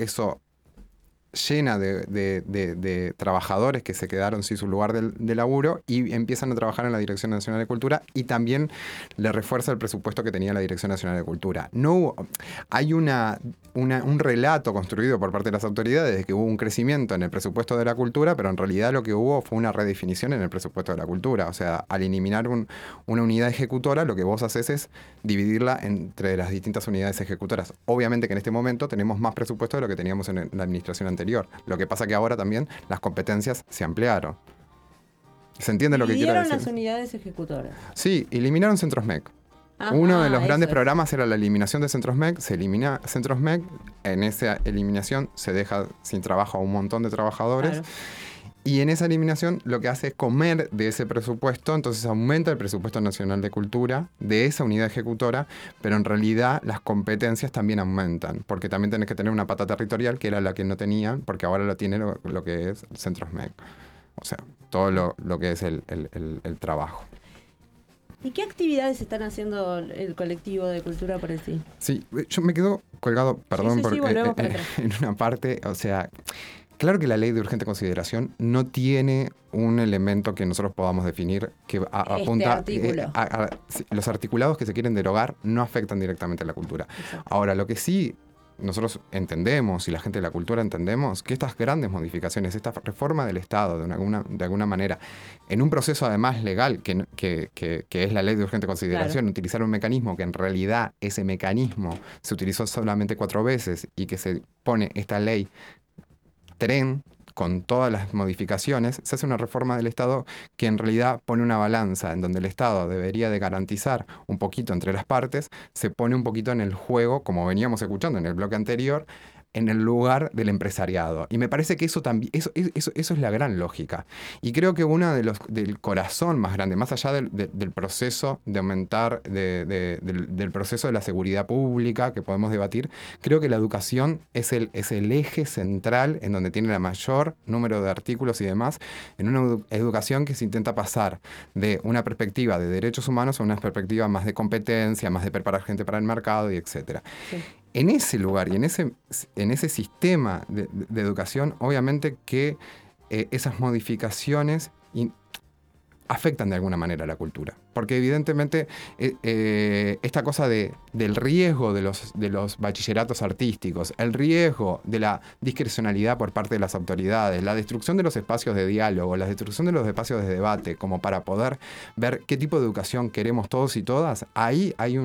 llena de trabajadores que se quedaron sin su lugar de laburo y empiezan a trabajar en la Dirección Nacional de Cultura, y también le refuerza el presupuesto que tenía la Dirección Nacional de Cultura. Hay un relato construido por parte de las autoridades de que hubo un crecimiento en el presupuesto de la cultura, pero en realidad lo que hubo fue una redefinición en el presupuesto de la cultura. O sea, al eliminar una unidad ejecutora, lo que vos haces es dividirla entre las distintas unidades ejecutoras. Obviamente que en este momento tenemos más presupuesto de lo que teníamos en la administración anterior. Lo que pasa que ahora también las competencias se ampliaron. ¿Se entiende lo que quiero decir? Las unidades ejecutoras. Sí, eliminaron centros MEC. Uno de los grandes programas era la eliminación de centros MEC. Se elimina centros MEC. En esa eliminación se deja sin trabajo a un montón de trabajadores. Claro. Y en esa eliminación lo que hace es comer de ese presupuesto, entonces aumenta el presupuesto nacional de cultura de esa unidad ejecutora, pero en realidad las competencias también aumentan, porque también tenés que tener una pata territorial que era la que no tenían, porque ahora lo tiene lo que es Centros MEC. O sea, todo lo que es el trabajo. ¿Y qué actividades están haciendo el colectivo de Cultura por el Sí? Sí, yo me quedo colgado, perdón, en una parte, o sea... Claro que la ley de urgente consideración no tiene un elemento que nosotros podamos definir que apunta los articulados que se quieren derogar no afectan directamente a la cultura. Exacto. Ahora, lo que sí nosotros entendemos y la gente de la cultura entendemos que estas grandes modificaciones, esta reforma del Estado de alguna manera, en un proceso además legal que es la ley de urgente consideración, utilizar un mecanismo que en realidad ese mecanismo se utilizó solamente 4 veces y que se pone esta ley tren con todas las modificaciones, se hace una reforma del Estado que en realidad pone una balanza en donde el Estado debería de garantizar un poquito entre las partes, se pone un poquito en el juego, como veníamos escuchando en el bloque anterior, en el lugar del empresariado. Y me parece que eso también, eso es la gran lógica. Y creo que uno del corazón más grande, más allá del proceso de aumentar, del proceso de la seguridad pública que podemos debatir, creo que la educación es el eje central en donde tiene el mayor número de artículos y demás, en una educación que se intenta pasar de una perspectiva de derechos humanos a una perspectiva más de competencia, más de preparar gente para el mercado y etcétera. Sí. En ese lugar y en ese sistema de educación, obviamente que esas modificaciones afectan de alguna manera a la cultura. Porque evidentemente esta cosa del riesgo de los bachilleratos artísticos, el riesgo de la discrecionalidad por parte de las autoridades, la destrucción de los espacios de diálogo, la destrucción de los espacios de debate, como para poder ver qué tipo de educación queremos todos y todas, ahí hay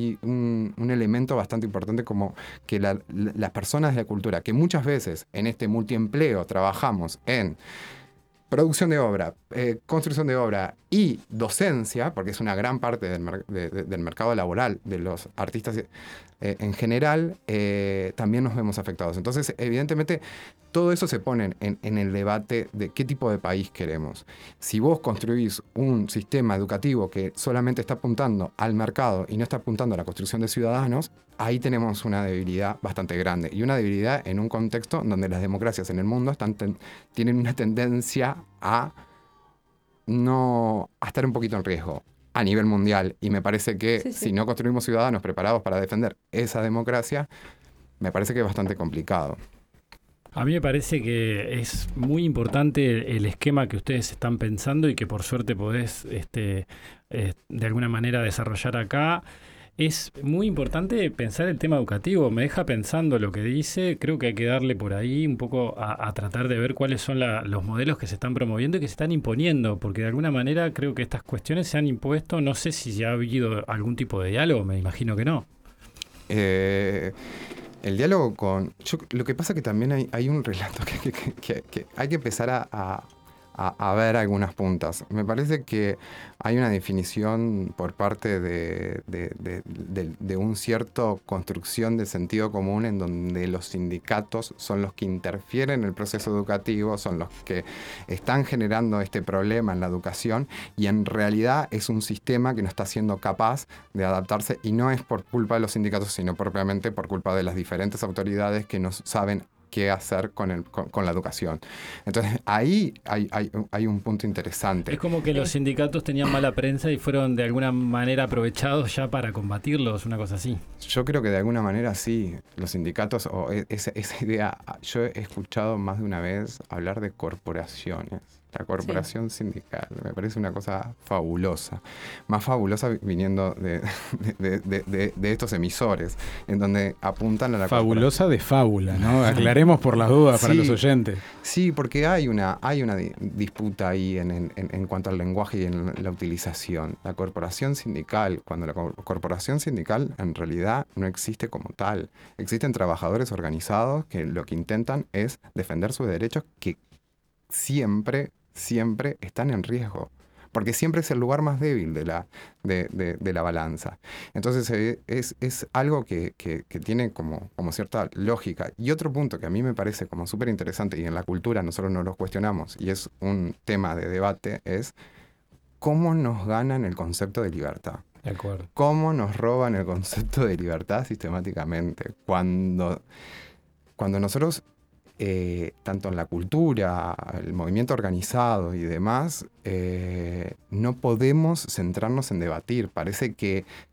un elemento bastante importante como que las personas de la cultura, que muchas veces en este multiempleo trabajamos en producción de obra, construcción de obra y docencia, porque es una gran parte del mercado laboral de los artistas en general, también nos vemos afectados. Entonces, evidentemente, todo eso se pone en el debate de qué tipo de país queremos. Si vos construís un sistema educativo que solamente está apuntando al mercado y no está apuntando a la construcción de ciudadanos, ahí tenemos una debilidad bastante grande. Y una debilidad en un contexto donde las democracias en el mundo tienen una tendencia a estar un poquito en riesgo a nivel mundial. Y me parece que si no construimos ciudadanos preparados para defender esa democracia, me parece que es bastante complicado. A mí me parece que es muy importante el esquema que ustedes están pensando y que por suerte podés de alguna manera desarrollar acá. Es muy importante pensar el tema educativo. Me deja pensando lo que dice. Creo que hay que darle por ahí un poco a tratar de ver cuáles son los modelos que se están promoviendo y que se están imponiendo, porque de alguna manera creo que estas cuestiones se han impuesto. No sé si ya ha habido algún tipo de diálogo, me imagino que no. El diálogo lo que pasa es que también hay un relato que hay que empezar a ver algunas puntas. Me parece que hay una definición por parte de un cierto construcción de sentido común en donde los sindicatos son los que interfieren en el proceso educativo, son los que están generando este problema en la educación y en realidad es un sistema que no está siendo capaz de adaptarse y no es por culpa de los sindicatos, sino propiamente por culpa de las diferentes autoridades que no saben qué hacer con la educación. Entonces, ahí hay un punto interesante. Es como que los sindicatos tenían mala prensa y fueron de alguna manera aprovechados ya para combatirlos, una cosa así. Yo creo que de alguna manera sí, los sindicatos, o esa idea, yo he escuchado más de una vez hablar de corporaciones. La corporación sindical, me parece una cosa fabulosa. Más fabulosa viniendo de estos emisores, en donde apuntan a la fabulosa de fábula, ¿no? Aclaremos por las dudas para los oyentes. Sí, porque hay una disputa ahí en cuanto al lenguaje y en la utilización. La corporación sindical, cuando la corporación sindical en realidad no existe como tal. Existen trabajadores organizados que lo que intentan es defender sus derechos que siempre están en riesgo, porque siempre es el lugar más débil de la balanza. Entonces es algo que tiene como cierta lógica. Y otro punto que a mí me parece como súper interesante, y en la cultura nosotros no lo cuestionamos, y es un tema de debate, es cómo nos ganan el concepto de libertad. De acuerdo. Cómo nos roban el concepto de libertad sistemáticamente. Cuando nosotros tanto en la cultura, el movimiento organizado y demás, no podemos centrarnos en debatir. Parece que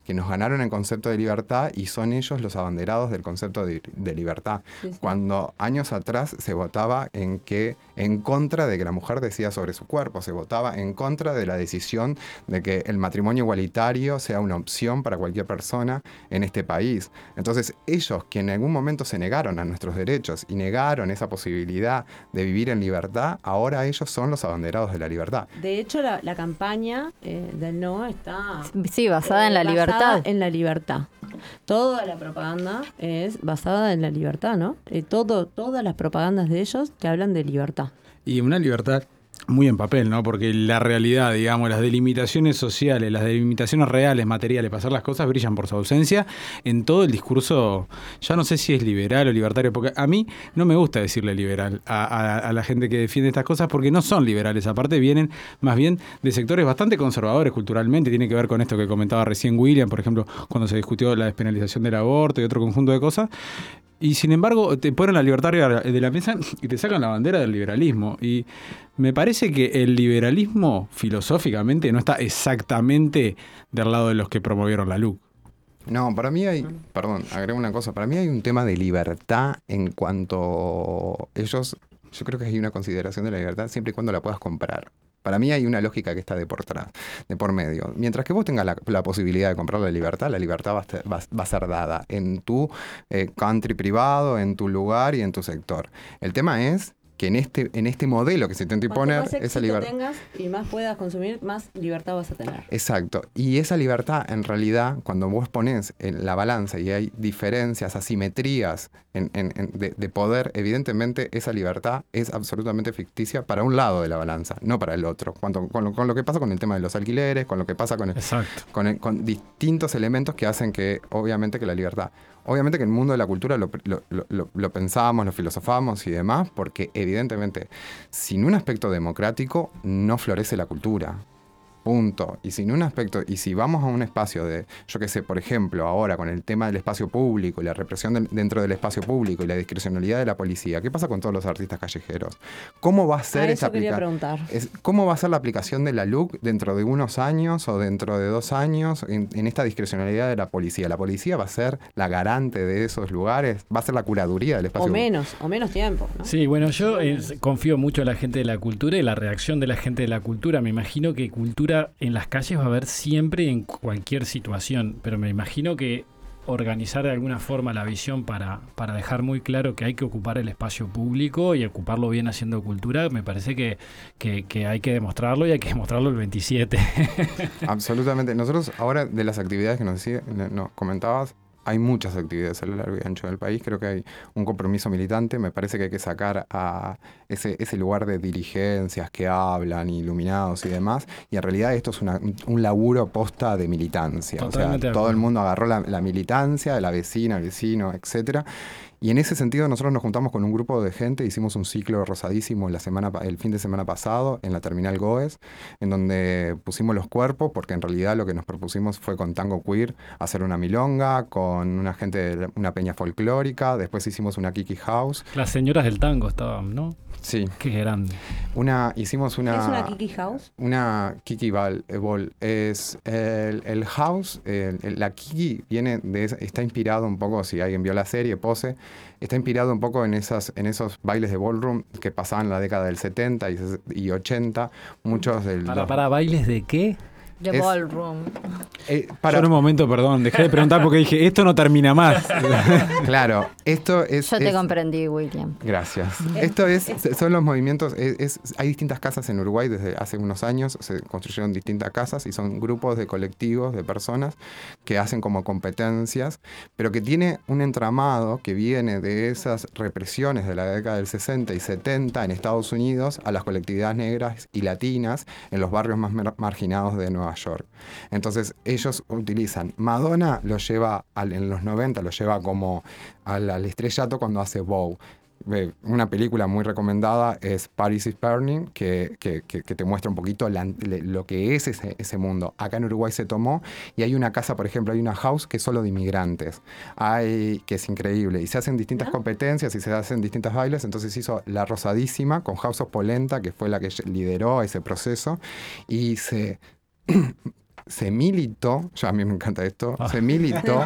que nos ganaron el concepto de libertad y son ellos los abanderados del concepto de libertad. Sí, sí. Cuando años atrás se votaba en contra de que la mujer decida sobre su cuerpo, se votaba en contra de la decisión de que el matrimonio igualitario sea una opción para cualquier persona en este país. Entonces, ellos que en algún momento se negaron a nuestros derechos y negaron esa posibilidad de vivir en libertad, ahora ellos son los abanderados de la libertad. De hecho, la campaña del no está Sí, basada en la libertad. En la libertad. Toda la propaganda es basada en la libertad, ¿no? Todas las propagandas de ellos te hablan de libertad. Y una libertad muy en papel, ¿no? Porque la realidad, digamos, las delimitaciones sociales, las delimitaciones reales, materiales, para hacer las cosas, brillan por su ausencia en todo el discurso. Ya no sé si es liberal o libertario, porque a mí no me gusta decirle liberal a la gente que defiende estas cosas, porque no son liberales. Aparte vienen más bien de sectores bastante conservadores culturalmente. Tiene que ver con esto que comentaba recién William, por ejemplo, cuando se discutió la despenalización del aborto y otro conjunto de cosas. Y sin embargo te ponen la libertad de la mesa y te sacan la bandera del liberalismo. Y me parece que el liberalismo filosóficamente no está exactamente del lado de los que promovieron la LUC. No, para mí agrego una cosa, para mí hay un tema de libertad en cuanto ellos, yo creo que hay una consideración de la libertad siempre y cuando la puedas comprar. Para mí hay una lógica que está de por medio. Mientras que vos tengas la posibilidad de comprar la libertad va a ser dada en tu country privado, en tu lugar y en tu sector. El tema es que en este modelo que se intenta imponer, esa libertad tengas y más puedas consumir, más libertad vas a tener. Exacto. Y esa libertad, en realidad, cuando vos pones en la balanza y hay diferencias, asimetrías de poder, evidentemente esa libertad es absolutamente ficticia para un lado de la balanza, no para el otro. Con lo que pasa con el tema de los alquileres, con lo que pasa con distintos elementos que hacen que, obviamente, que la libertad... Obviamente que en el mundo de la cultura lo pensábamos, lo filosofábamos y demás, porque evidentemente sin un aspecto democrático no florece la cultura. Punto. Y sin un aspecto, y si vamos a un espacio de, yo qué sé, por ejemplo, ahora con el tema del espacio público y la represión dentro del espacio público y la discrecionalidad de la policía, ¿qué pasa con todos los artistas callejeros? ¿Cómo va a ser esa aplicación? ¿Cómo va a ser la aplicación de la LUC dentro de unos años o dentro de 2 años en esta discrecionalidad de la policía? ¿La policía va a ser la garante de esos lugares? ¿Va a ser la curaduría del espacio público? O menos tiempo, ¿no? Sí, bueno, yo confío mucho en la gente de la cultura y la reacción de la gente de la cultura. Me imagino que cultura en las calles va a haber siempre en cualquier situación, pero me imagino que organizar de alguna forma la visión para dejar muy claro que hay que ocupar el espacio público y ocuparlo bien haciendo cultura, me parece que hay que demostrarlo y hay que demostrarlo el 27. Absolutamente. Nosotros ahora, de las actividades que nos comentabas, hay muchas actividades a lo largo y ancho del país. Creo que hay un compromiso militante. Me parece que hay que sacar a ese lugar de dirigencias que hablan, iluminados y demás. Y en realidad esto es un laburo posta de militancia. Totalmente. O sea, todo el mundo agarró la militancia de la vecina, el vecino, etcétera. Y en ese sentido nosotros nos juntamos con un grupo de gente, hicimos un ciclo rosadísimo el fin de semana pasado en la Terminal Goes, en donde pusimos los cuerpos, porque en realidad lo que nos propusimos fue con Tango Queer hacer una milonga, con una peña folclórica, después hicimos una Kiki House. Las señoras del tango estaban, ¿no? Sí. Qué grande. Hicimos una... ¿Qué es una Kiki House? Una Kiki Ball. Es el house, la Kiki está inspirado un poco, si alguien vio la serie, Pose, está inspirado un poco en esos bailes de ballroom que pasaban en la década del 70 y 80. Muchos del... ¿Para bailes de qué? The Ballroom. Yo en un momento, perdón, dejé de preguntar porque dije, esto no termina más. Claro, esto es... Yo te comprendí, William. Gracias. Son los movimientos, hay distintas casas en Uruguay desde hace unos años, se construyeron distintas casas y son grupos de colectivos, de personas que hacen como competencias, pero que tiene un entramado que viene de esas represiones de la década del 60 y 70 en Estados Unidos a las colectividades negras y latinas en los barrios más marginados de Nueva York. Entonces ellos utilizan, Madonna lo lleva en los 90, lo lleva como al estrellato cuando hace Bow. Una película muy recomendada es Paris is Burning, que te muestra un poquito lo que es ese mundo. Acá en Uruguay se tomó y hay una casa, por ejemplo, hay una house que es solo de inmigrantes, que es increíble. Y se hacen distintas competencias y se hacen distintos bailes. Entonces hizo La Rosadísima con House of Polenta, que fue la que lideró ese proceso, y se militó, a mí me encanta esto, se militó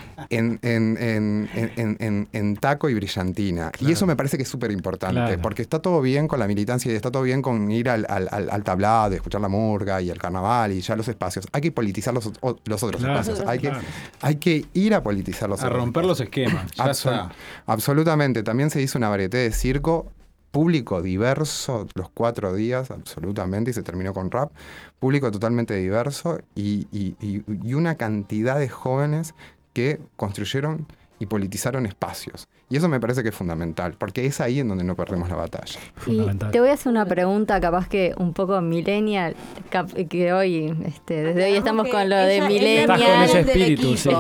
en Taco y Brillantina. Claro. Y eso me parece que es súper importante, porque está todo bien con la militancia y está todo bien con ir al tablado, escuchar la murga y el carnaval y ya los espacios. Hay que politizar los otros espacios. Hay que ir a politizar los otros. A romper los esquemas. Absolutamente. También se hizo una varieté de circo público diverso los 4 días, absolutamente, y se terminó con rap. Público totalmente diverso y una cantidad de jóvenes que construyeron y politizaron espacios. Y eso me parece que es fundamental, porque es ahí en donde no perdemos la batalla. Y te voy a hacer una pregunta, capaz que un poco millennial, que hoy, desde hoy estamos con lo de millennial. Estás con ese espíritu, sí.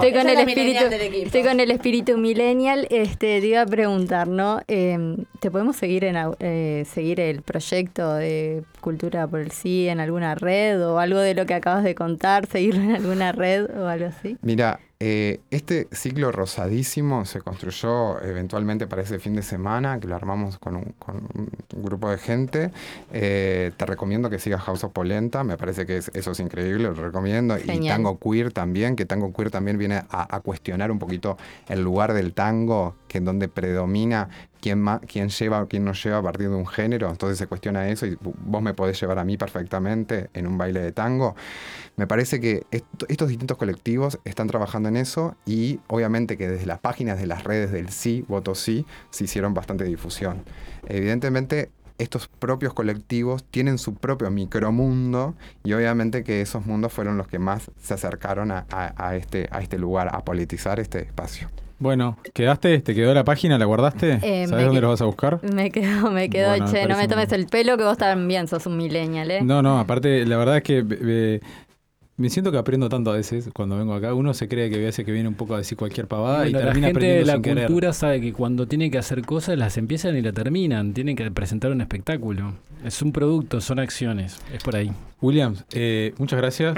Estoy con el espíritu millennial. Te iba a preguntar, ¿no? ¿Te podemos seguir seguir el proyecto de Cultura por el Sí en alguna red o algo de lo que acabas de contar, seguirlo en alguna red o algo así? Mira, este ciclo rosadísimo se construyó eventualmente para ese fin de semana, que lo armamos con un grupo de gente. Te recomiendo que sigas House of Polenta, me parece que eso es increíble, lo recomiendo. Genial. Y Tango Queer también, que Tango Queer también viene a cuestionar un poquito el lugar del tango, que en donde predomina quién lleva o quién no lleva a partir de un género. Entonces se cuestiona eso y vos me podés llevar a mí perfectamente en un baile de tango. Me parece que estos distintos colectivos están trabajando en eso y obviamente que desde las páginas de las redes del Sí, Voto Sí, se hicieron bastante difusión. Evidentemente, estos propios colectivos tienen su propio micromundo y obviamente que esos mundos fueron los que más se acercaron a este lugar, a politizar este espacio. Bueno, ¿te quedó la página? ¿La guardaste? ¿Sabés dónde lo vas a buscar? Me quedó, bueno, che, no me tomes el pelo que vos también sos un millennial, ¿eh? No, aparte, la verdad es que me siento que aprendo tanto a veces cuando vengo acá. Uno se cree que a veces que viene un poco a decir cualquier pavada y termina aprendiendo sin querer. La cultura sabe que cuando tiene que hacer cosas las empiezan y la terminan. Tienen que presentar un espectáculo. Es un producto, son acciones. Es por ahí. Williams, muchas gracias,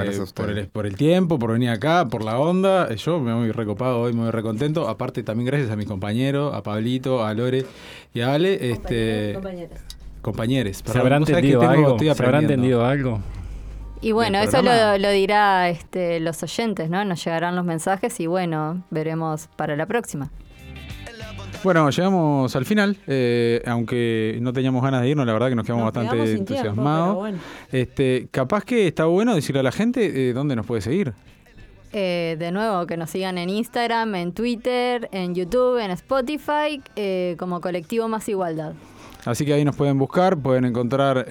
por el tiempo, por venir acá, por la onda. Yo me voy recopado hoy, me voy recontento. Aparte, también gracias a mis compañeros, a Pablito, a Lore y a Ale. Compañeros. ¿Se habrá entendido algo? Y bueno, eso lo dirá los oyentes, ¿no? Nos llegarán los mensajes y bueno, veremos para la próxima. Bueno, llegamos al final, aunque no teníamos ganas de irnos, la verdad que nos quedamos bastante entusiasmados. Bueno. Capaz que está bueno decirle a la gente dónde nos puede seguir. De nuevo, que nos sigan en Instagram, en Twitter, en YouTube, en Spotify, como Colectivo Más Igualdad. Así que ahí nos pueden buscar, pueden encontrar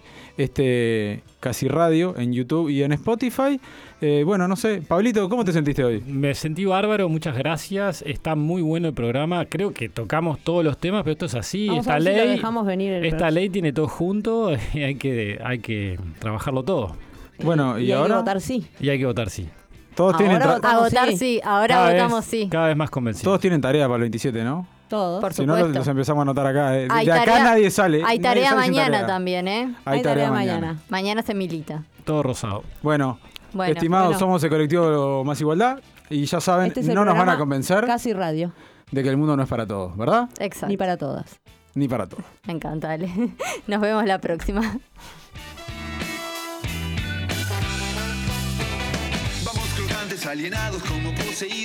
Casi Radio en YouTube y en Spotify. Bueno, no sé, Pablito, ¿cómo te sentiste hoy? Me sentí bárbaro, muchas gracias. Está muy bueno el programa. Creo que tocamos todos los temas, pero esto es así. Esta ley tiene todo junto y hay que trabajarlo todo. Bueno, y ahora hay que votar sí. Y hay que votar sí. Todos tienen Ahora votamos sí. Cada vez más convencidos. Todos tienen tarea para el 27, ¿no? Todos. Por si supuesto. no, los empezamos a anotar acá. De acá nadie sale. Hay tarea mañana también, ¿eh? Hay tarea mañana. Mañana se milita. Todo rosado. Bueno, estimados, somos el Colectivo Más Igualdad y ya saben, no nos van a convencer Casi Radio de que el mundo no es para todos, ¿verdad? Exacto. Ni para todas. Ni para todos. Me encanta, Ale. Nos vemos la próxima. Vamos colgantes, alienados como poseídos.